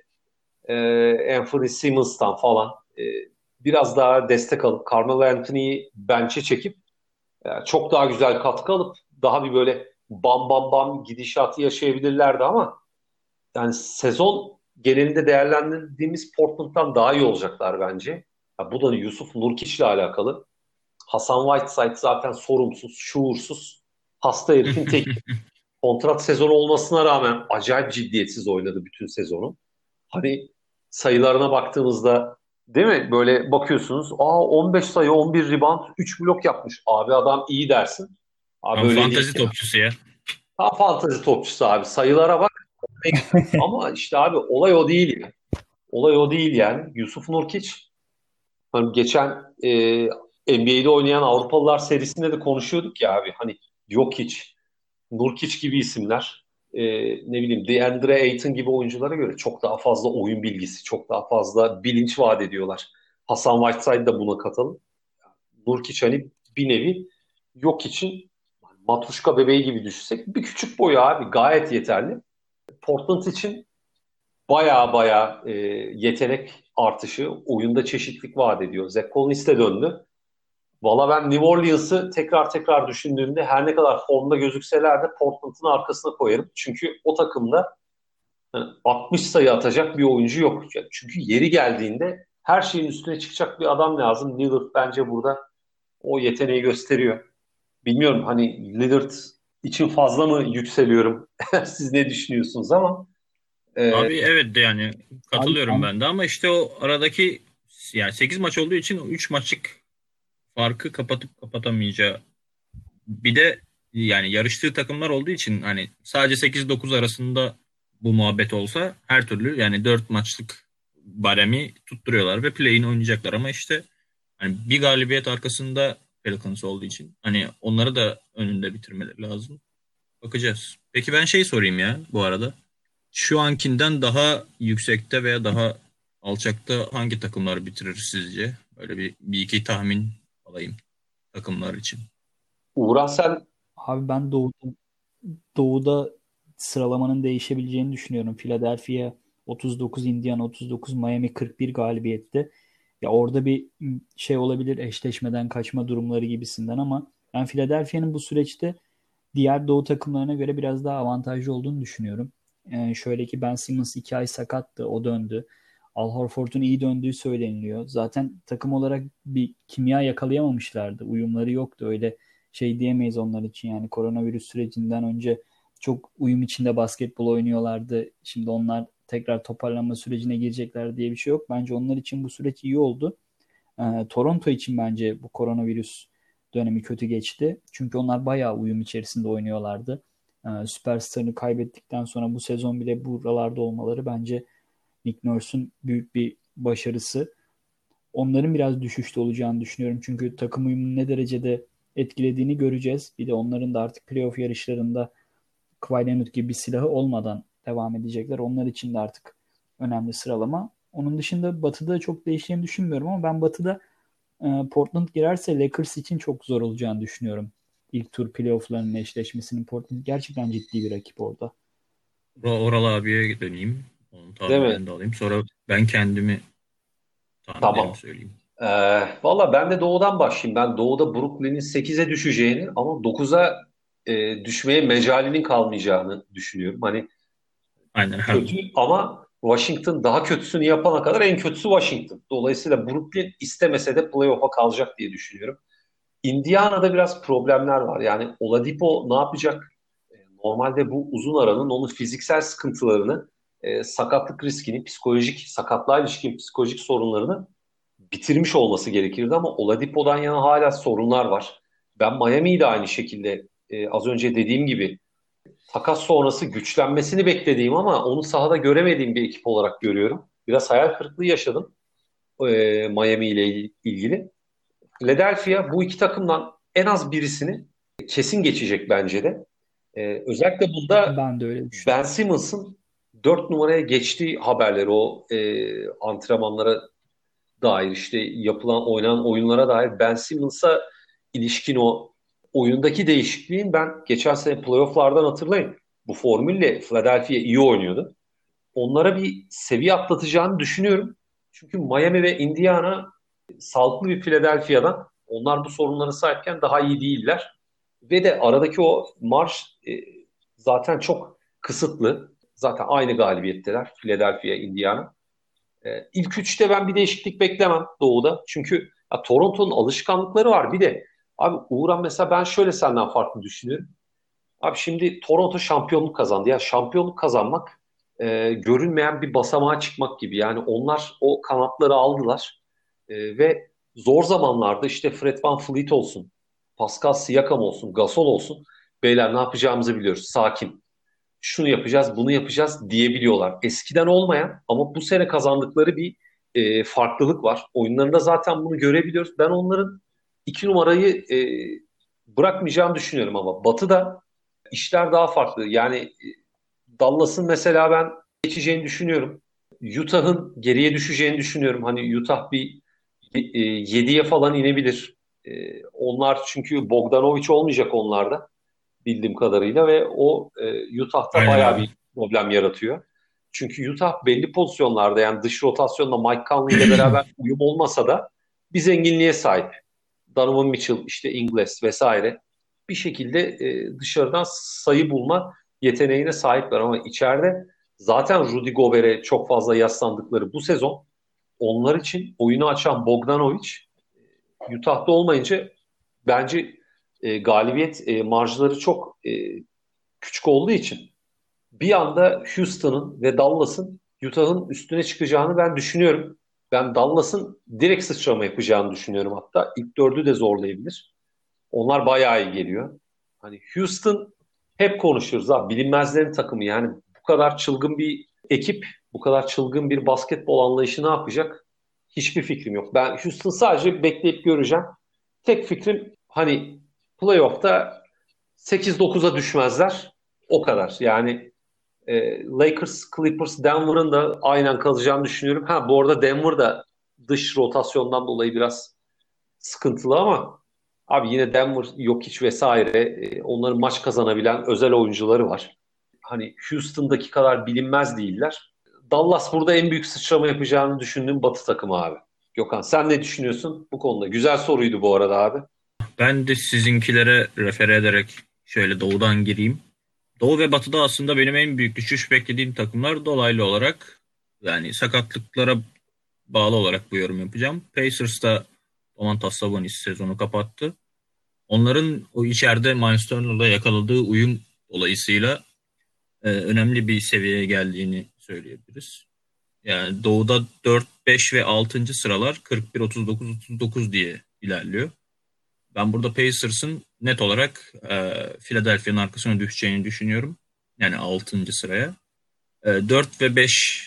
Anthony Simmons'tan falan biraz daha destek alıp Carmelo Anthony'yi bench'e çekip çok daha güzel katkı alıp daha bir böyle bam bam bam gidişatı yaşayabilirlerdi ama yani sezon genelinde değerlendirdiğimiz Portland'dan daha iyi olacaklar bence. Ya bu da Yusuf Nurkic'le alakalı. Hasan Whiteside zaten sorumsuz, şuursuz, hasta herifin tek kontrat sezonu olmasına rağmen acayip ciddiyetsiz oynadı bütün sezonu. Hani sayılarına baktığımızda değil mi? Böyle bakıyorsunuz. 15 sayı, 11 rebound, 3 blok yapmış. Abi adam iyi dersin. Abi Tam öyle değil. fantezi topçusu ya. Tam fantezi topçusu abi. Sayılara bak. Ama işte abi olay o değil ya. Olay o değil yani. Yusuf Nurkic hani geçen NBA'de oynayan Avrupalılar serisinde de konuşuyorduk ya abi. Hani Jokic, Nurkic gibi isimler ne bileyim DeAndre Ayton gibi oyunculara göre çok daha fazla oyun bilgisi, çok daha fazla bilinç vaat ediyorlar. Hasan Whiteside da buna katalım. Nurkic hani bir nevi yok için matruşka bebeği gibi düşünsek bir küçük boyu abi gayet yeterli. Portland için baya baya yetenek artışı, oyunda çeşitlilik vaat ediyor. Zach Collins de döndü. Valla ben New Orleans'ı tekrar tekrar düşündüğümde her ne kadar formda gözükseler de Portland'ın arkasına koyarım. Çünkü o takımda 60 sayı atacak bir oyuncu yok. Çünkü yeri geldiğinde her şeyin üstüne çıkacak bir adam lazım. Lillard bence burada o yeteneği gösteriyor. Bilmiyorum hani Lillard için fazla mı yükseliyorum? Siz ne düşünüyorsunuz ama Abi evet de yani Abi katılıyorum ben de ama işte o aradaki yani 8 maç olduğu için o 3 maçlık farkı kapatıp kapatamayacağı. Bir de yani yarıştığı takımlar olduğu için hani sadece 8-9 arasında bu muhabbet olsa her türlü yani 4 maçlık baremi tutturuyorlar ve play-in oynayacaklar ama işte hani bir galibiyet arkasında Pelicans olduğu için hani onları da önünde bitirmeleri lazım. Bakacağız. Peki ben şey sorayım ya bu arada. Şu ankinden daha yüksekte veya daha alçakta hangi takımlar bitirir sizce? Böyle bir iki tahmin alayım takımlar için. Uğran sen Abi ben doğuda sıralamanın değişebileceğini düşünüyorum. Philadelphia 39, Indiana 39, Miami 41 galibiyette. Ya orada bir şey olabilir, eşleşmeden kaçma durumları gibisinden, ama ben Philadelphia'nın bu süreçte diğer doğu takımlarına göre biraz daha avantajlı olduğunu düşünüyorum. Şöyle ki Ben Simmons 2 ay sakattı, o döndü. Al Horford'un iyi döndüğü söyleniliyor. Zaten takım olarak bir kimya yakalayamamışlardı. Uyumları yoktu. Öyle şey diyemeyiz onlar için, yani koronavirüs sürecinden önce çok uyum içinde basketbol oynuyorlardı. Şimdi onlar tekrar toparlanma sürecine girecekler diye bir şey yok. Bence onlar için bu süreç iyi oldu. Toronto için bence bu koronavirüs dönemi kötü geçti. Çünkü onlar bayağı uyum içerisinde oynuyorlardı. Süperstarını kaybettikten sonra bu sezon bile buralarda olmaları bence Nick Nurse'un büyük bir başarısı. Onların biraz düşüşte olacağını düşünüyorum. Çünkü takım uyumunu ne derecede etkilediğini göreceğiz. Bir de onların da artık playoff yarışlarında Kawhi Leonard gibi bir silahı olmadan devam edecekler. Onlar için de artık önemli sıralama. Onun dışında Batı'da çok değişeceğini düşünmüyorum, ama ben Batı'da Portland girerse Lakers için çok zor olacağını düşünüyorum. İlk tur playofflarının eşleşmesinin Portland gerçekten ciddi bir rakip orada. Oral abiye döneyim. Onun değil mi? tahminlerini de alayım. Sonra ben kendimi tahminlerimi Tamam. söyleyeyim. Valla ben de doğudan başlayayım. Ben doğuda Brooklyn'in 8'e düşeceğini ama 9'a düşmeye mecalinin kalmayacağını düşünüyorum. Hani Aynen kötü abi. ama Washington daha kötüsünü yapana kadar en kötüsü Washington. Dolayısıyla Brooklyn istemese de playoff'a kalacak diye düşünüyorum. Indiana'da biraz problemler var. Yani Oladipo ne yapacak? Normalde bu uzun aranın onun fiziksel sıkıntılarını, sakatlık riskini, psikolojik sakatlığa ilişkin psikolojik sorunlarını bitirmiş olması gerekirdi ama Oladipo'dan yana hala sorunlar var. Ben Miami'yi de aynı şekilde az önce dediğim gibi takas sonrası güçlenmesini beklediğim ama onu sahada göremediğim bir ekip olarak görüyorum. Biraz hayal kırıklığı yaşadım Miami ile ilgili. Philadelphia bu iki takımdan en az birisini kesin geçecek bence de. Özellikle bunda Ben de öyle Ben düşünüyorum. Simmons'ın 4 numaraya geçtiği haberleri o antrenmanlara dair işte yapılan oynanan oyunlara dair Ben Simmons'a ilişkin o oyundaki değişikliğin ben geçen sene playofflardan hatırlayın. Bu formülle Philadelphia iyi oynuyordu. Onlara bir seviye atlatacağını düşünüyorum. Çünkü Miami ve Indiana sağlıklı bir Philadelphia'dan onlar bu sorunlara sahipken daha iyi değiller. Ve de aradaki o marş zaten çok kısıtlı. Zaten aynı galibiyetteler Philadelphia, Indiana. İlk üçte ben bir değişiklik beklemem Doğu'da. Çünkü ya, Toronto'nun alışkanlıkları var. Bir de abi Uğurhan mesela ben şöyle senden farklı düşünüyorum. Abi şimdi Toronto şampiyonluk kazandı. Ya şampiyonluk kazanmak görünmeyen bir basamağa çıkmak gibi. Yani onlar o kanatları aldılar. Ve zor zamanlarda işte Fred VanVleet olsun, Pascal Siakam olsun, Gasol olsun. Beyler ne yapacağımızı biliyoruz. Sakin, şunu yapacağız, bunu yapacağız diyebiliyorlar. Eskiden olmayan ama bu sene kazandıkları bir farklılık var. Oyunlarında zaten bunu görebiliyoruz. Ben onların 2 numarayı bırakmayacağını düşünüyorum ama Batı'da işler daha farklı. Yani Dallas'ın mesela ben geçeceğini düşünüyorum. Utah'ın geriye düşeceğini düşünüyorum. Hani Utah bir 7'ye falan inebilir. Onlar çünkü Bogdanovic olmayacak onlarda bildiğim kadarıyla ve o Utah'ta Aynen bayağı abi. bir problem yaratıyor. Çünkü Utah belli pozisyonlarda, yani dış rotasyonda Mike Conley ile beraber uyum olmasa da bir zenginliğe sahip. Donovan Mitchell, işte Ingles vesaire bir şekilde dışarıdan sayı bulma yeteneğine sahipler, ama içeride zaten Rudy Gobert'e çok fazla yaslandıkları bu sezon onlar için oyunu açan Bogdanovic Utah'ta olmayınca bence galibiyet marjları çok küçük olduğu için bir anda Houston'ın ve Dallas'ın Utah'ın üstüne çıkacağını ben düşünüyorum. Ben Dallas'ın direkt sıçrama yapacağını düşünüyorum hatta. İlk dördü de zorlayabilir. Onlar bayağı iyi geliyor. Hani Houston hep konuşuruz abi. Bilinmezlerin takımı, yani bu kadar çılgın bir ekip, bu kadar çılgın bir basketbol anlayışı ne yapacak? Hiçbir fikrim yok. Ben Houston sadece bekleyip göreceğim. Tek fikrim hani playoff'ta 8-9'a düşmezler. O kadar. Yani Lakers, Clippers, Denver'ın da aynen kalacağını düşünüyorum. Ha, bu arada Denver da dış rotasyondan dolayı biraz sıkıntılı ama abi yine Denver, Jokic vesaire onların maç kazanabilen özel oyuncuları var. Hani Houston'daki kadar bilinmez değiller. Dallas burada en büyük sıçrama yapacağını düşündüğüm Batı takımı abi. Gökhan, sen ne düşünüyorsun bu konuda? Güzel soruydu bu arada abi. Ben de sizinkilere refere ederek şöyle doğudan gireyim. Doğu ve Batı'da aslında benim en büyük düşüş beklediğim takımlar dolaylı olarak, yani sakatlıklara bağlı olarak bu yorum yapacağım. Pacers'ta Domantas Sabonis sezonu kapattı. Onların o içeride Miles Turner'la yakaladığı uyum dolayısıyla önemli bir seviyeye geldiğini söyleyebiliriz. Yani Doğu'da 4, 5 ve 6. sıralar 41, 39, 39 diye ilerliyor. Ben burada Pacers'ın net olarak Philadelphia'nın arkasına düşeceğini düşünüyorum. Yani 6. sıraya. 4 ve 5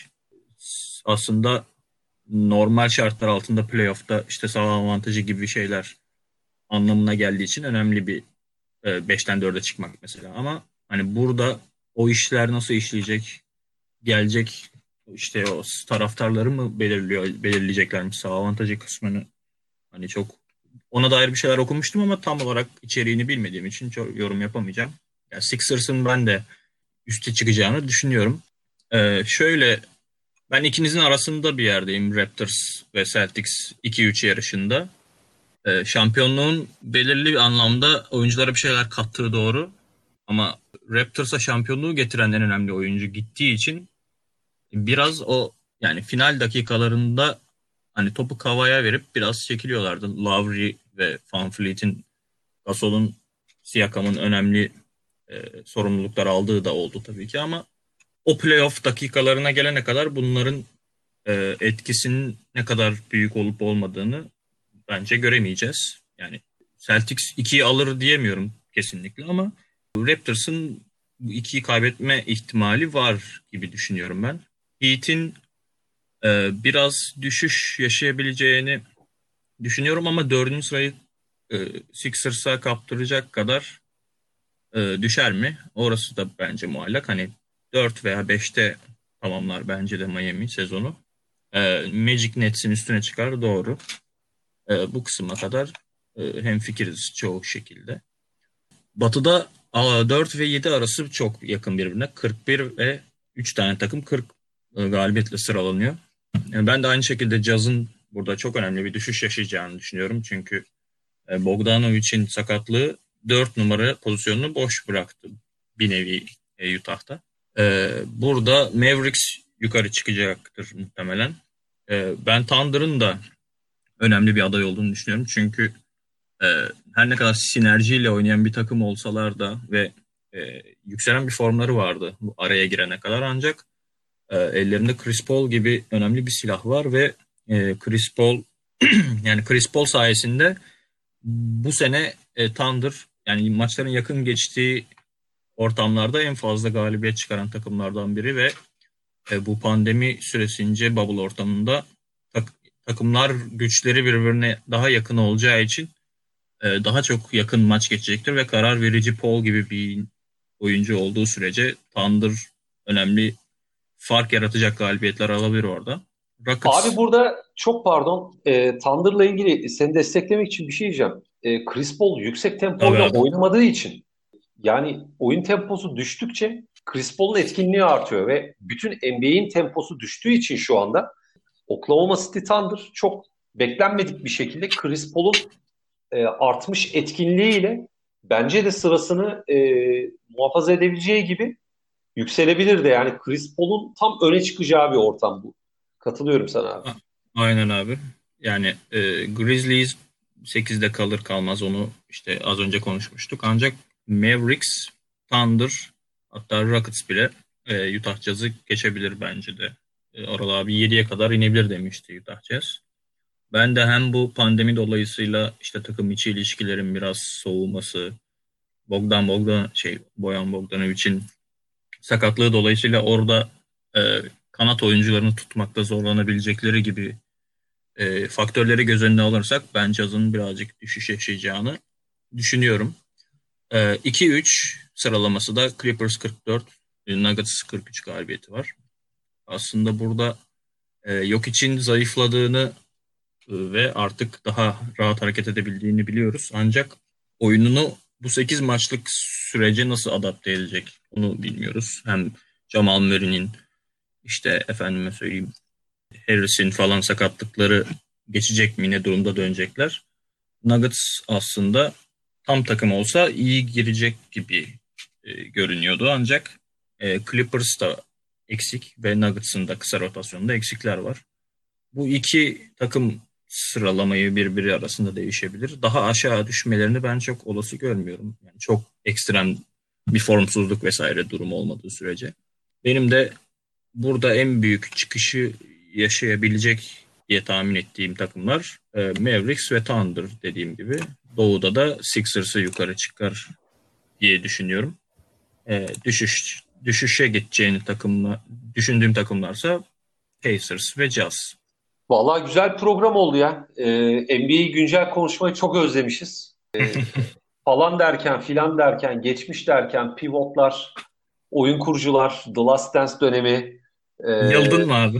aslında normal şartlar altında playoff'ta işte saha avantajı gibi şeyler anlamına geldiği için önemli bir 5'ten 4'e çıkmak mesela. Ama hani burada o işler nasıl işleyecek, gelecek işte o taraftarları mı belirleyeceklermiş saha avantajı kısmını, hani çok ona dair bir şeyler okumuştum ama tam olarak içeriğini bilmediğim için çok yorum yapamayacağım. Yani Sixers'ın ben de üste çıkacağını düşünüyorum. Şöyle, ben ikinizin arasında bir yerdeyim, Raptors ve Celtics 2-3 yarışında. Şampiyonluğun belirli bir anlamda oyunculara bir şeyler kattığı doğru. Ama Raptors'a şampiyonluğu getiren en önemli oyuncu gittiği için biraz o, yani final dakikalarında hani topu kavaya verip biraz çekiliyorlardı. Lowry ve VanVleet'in, Gasol'un, Siakam'ın önemli sorumluluklar aldığı da oldu tabii ki ama o playoff dakikalarına gelene kadar bunların etkisinin ne kadar büyük olup olmadığını bence göremeyeceğiz. Yani Celtics 2'yi alır diyemiyorum kesinlikle ama Raptors'ın bu 2'yi kaybetme ihtimali var gibi düşünüyorum ben. Heat'in biraz düşüş yaşayabileceğini düşünüyorum ama 4. sırayı Sixers'a kaptıracak kadar düşer mi? Orası da bence muallak. Hani 4 veya 5'te tamamlar bence de Miami sezonu. Magic Nets'in üstüne çıkar, doğru. Bu kısma kadar hemfikiriz çoğu şekilde. Batı'da 4 ve 7 arası çok yakın birbirine. 41 ve 3 tane takım 40 galibiyetle sıralanıyor. Yani ben de aynı şekilde Jazz'ın burada çok önemli bir düşüş yaşayacağını düşünüyorum. Çünkü Bogdanovic'in sakatlığı 4 numara pozisyonunu boş bıraktı bir nevi Utah'ta. Burada Mavericks yukarı çıkacaktır muhtemelen. Ben Thunder'ın da önemli bir aday olduğunu düşünüyorum. Çünkü her ne kadar sinerjiyle oynayan bir takım olsalar da ve yükselen bir formları vardı bu araya girene kadar, ancak ellerinde Chris Paul gibi önemli bir silah var ve Chris Paul yani Chris Paul sayesinde bu sene Thunder, yani maçların yakın geçtiği ortamlarda en fazla galibiyet çıkaran takımlardan biri ve bu pandemi süresince bubble ortamında takımlar güçleri birbirine daha yakın olacağı için daha çok yakın maç geçecektir ve karar verici Paul gibi bir oyuncu olduğu sürece Thunder önemli fark yaratacak galibiyetler alabilir orada. Rockets. Abi burada çok pardon, Thunder'la ilgili seni desteklemek için bir şey diyeceğim. Chris Paul yüksek Tabii tempoyla abi. oynamadığı için yani oyun temposu düştükçe Chris Paul'un etkinliği artıyor ve bütün NBA'in temposu düştüğü için şu anda Oklahoma City Thunder çok beklenmedik bir şekilde Chris Paul'un artmış etkinliğiyle bence de sırasını muhafaza edebileceği gibi yükselebilir de. Yani Chris Paul'un tam öne çıkacağı bir ortam bu. Katılıyorum sana abi. Aynen abi. Yani Grizzlies 8'de kalır kalmaz onu işte az önce konuşmuştuk. Ancak Mavericks, Thunder hatta Rockets bile Utah Jazz'ı geçebilir bence de. Oral abi 7'ye kadar inebilir demişti Utah Jazz. Ben de hem bu pandemi dolayısıyla işte takım içi ilişkilerin biraz soğuması, Boyan Bogdanovic'in sakatlığı dolayısıyla orada e, kanat oyuncularını tutmakta zorlanabilecekleri gibi faktörleri göz önüne alırsak ben Jazz'ın birazcık düşüş yaşayacağını düşünüyorum. 2-3 sıralaması da Clippers 44, Nuggets 43 galibiyeti var. Aslında burada yok için zayıfladığını ve artık daha rahat hareket edebildiğini biliyoruz. Ancak oyununu bu 8 maçlık sürece nasıl adapte edecek onu bilmiyoruz. Hem Jamal Murray'nin işte efendime söyleyeyim Harris'in falan sakatlıkları geçecek mi, ne durumda dönecekler. Nuggets aslında tam takım olsa iyi girecek gibi görünüyordu. Ancak Clippers da eksik ve Nuggets'ın da kısa rotasyonunda eksikler var. Bu iki takım sıralamayı birbiri arasında değişebilir. Daha aşağı düşmelerini ben çok olası görmüyorum. Yani çok ekstrem bir formsuzluk vesaire durumu olmadığı sürece. Benim de burada en büyük çıkışı yaşayabilecek diye tahmin ettiğim takımlar Mavericks ve Thunder dediğim gibi. Doğu'da da Sixers'ı yukarı çıkar diye düşünüyorum. Düşüşe gideceğini düşündüğüm takımlarsa Pacers ve Jazz. Vallahi güzel program oldu ya. NBA'yi güncel konuşmayı çok özlemişiz. Falan derken, filan derken, geçmiş derken, pivotlar, oyun kurucular, The Last Dance dönemi. Yıldın mı abi?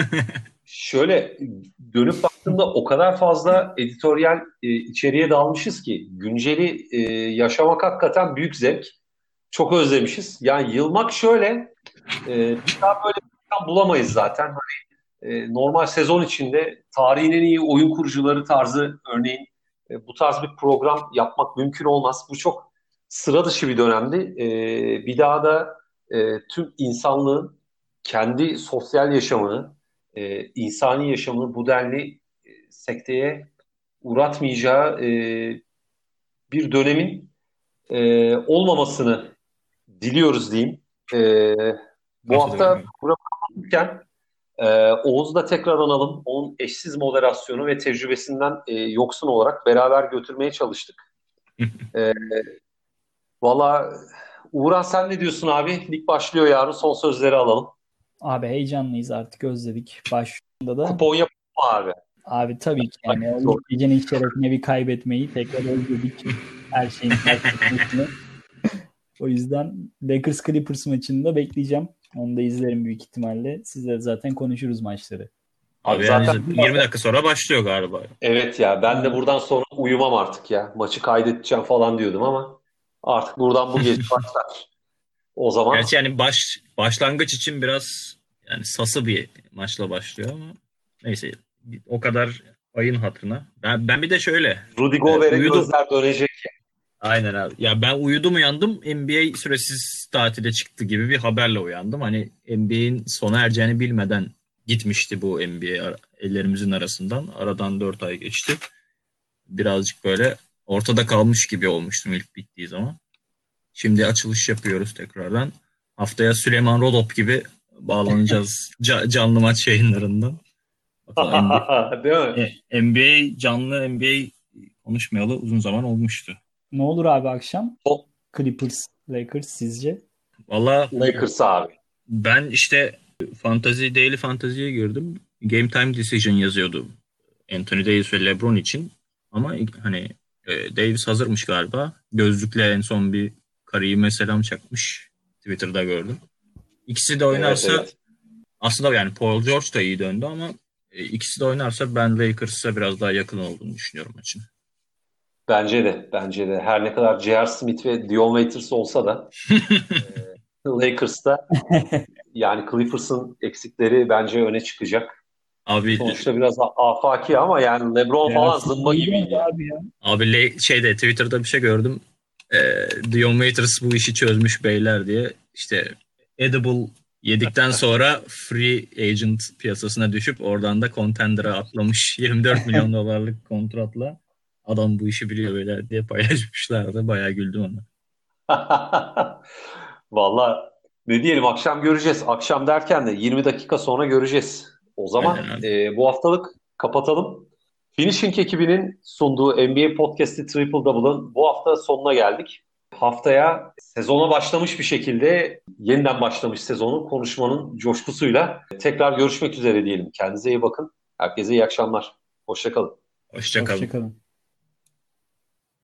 Şöyle dönüp baktığımda o kadar fazla editoryal içeriğe dalmışız ki günceli yaşamak hakikaten büyük zevk. Çok özlemişiz. Yani yılmak şöyle, bir daha böyle bir insan bulamayız zaten. Normal sezon içinde tarihin en iyi oyun kurucuları tarzı örneğin bu tarz bir program yapmak mümkün olmaz. Bu çok sıra dışı bir dönemdi. Bir daha da tüm insanlığın kendi sosyal yaşamını, insani yaşamını bu denli sekteye uğratmayacağı bir dönemin olmamasını diliyoruz diyeyim. Bu hafta programı kapatırken Oğuz'u da tekrar analım. Onun eşsiz moderasyonu ve tecrübesinden yoksun olarak beraber götürmeye çalıştık. E, Valla Uğran sen ne diyorsun abi? Lig başlıyor yarın. Son sözleri alalım. Abi heyecanlıyız, artık özledik. Başında da Kupon yapalım mı abi? abi tabii ki yani o gecenin şerefine bir kaybetmeyi tekrar özledik. Her şeyin karşısında. O yüzden Lakers Clippers maçını da bekleyeceğim. Onu da izlerim büyük ihtimalle. Sizle zaten konuşuruz maçları. Abi zaten yani 20 dakika sonra başlıyor galiba. Evet ya, ben de buradan sonra uyumam artık ya. Maçı kaydedeceğim falan diyordum ama artık buradan bu gece başlar. O zaman Gerçi yani başlangıç için biraz yani sası bir maçla başlıyor ama neyse o kadar ayın hatırına. Ben bir de şöyle Rudy Gobert'e uyudum. gözler dönecek. Aynen abi. Ya ben uyudum uyandım. NBA süresiz tatile çıktı gibi bir haberle uyandım. Hani NBA'in sona ereceğini bilmeden gitmişti bu NBA ellerimizin arasından. Aradan 4 ay geçti. Birazcık böyle ortada kalmış gibi olmuştum ilk bittiği zaman. Şimdi açılış yapıyoruz tekrardan. Haftaya Süleyman Rodop gibi bağlanacağız canlı maç yayınlarından. Değil mi? NBA canlı NBA konuşmayalı uzun zaman olmuştu. Ne olur abi akşam? Clippers, Lakers sizce? Valla Lakers abi. ben işte Daily Fantasy'ye girdim. Game Time Decision yazıyordu. Anthony Davis ve LeBron için. Ama hani Davis hazırmış galiba. Gözlükle en son bir Karim'e selam çakmış. Twitter'da gördüm. İkisi de oynarsa evet. Aslında yani Paul George da iyi döndü ama ikisi de oynarsa ben Lakers'a biraz daha yakın olduğunu düşünüyorum maçın. Bence de. Bence de. Her ne kadar J.R. Smith ve Dion Waiters olsa da Lakers'ta yani Clippers'ın eksikleri bence öne çıkacak. Abi Sonuçta biraz afaki ama yani LeBron falan Gelsin zımba gibiydi Williams yani. abi ya. abi şeyde Twitter'da bir şey gördüm. Dion Waiters bu işi çözmüş beyler diye. İşte edible yedikten sonra free agent piyasasına düşüp oradan da contender'a atlamış 24 milyon dolarlık kontratla adam bu işi biliyor beyler diye paylaşmışlardı. Bayağı güldüm ona. Valla ne diyelim, akşam göreceğiz. Akşam derken de 20 dakika sonra göreceğiz. O Aynen zaman abi. bu haftalık kapatalım. Finishing ekibinin sunduğu NBA Podcast'i Triple Double'ın bu hafta sonuna geldik. Haftaya sezona başlamış bir şekilde, yeniden başlamış sezonu konuşmanın coşkusuyla tekrar görüşmek üzere diyelim. Kendinize iyi bakın. Herkese iyi akşamlar. Hoşça kalın. Hoşça kalın. Hoşçakalın.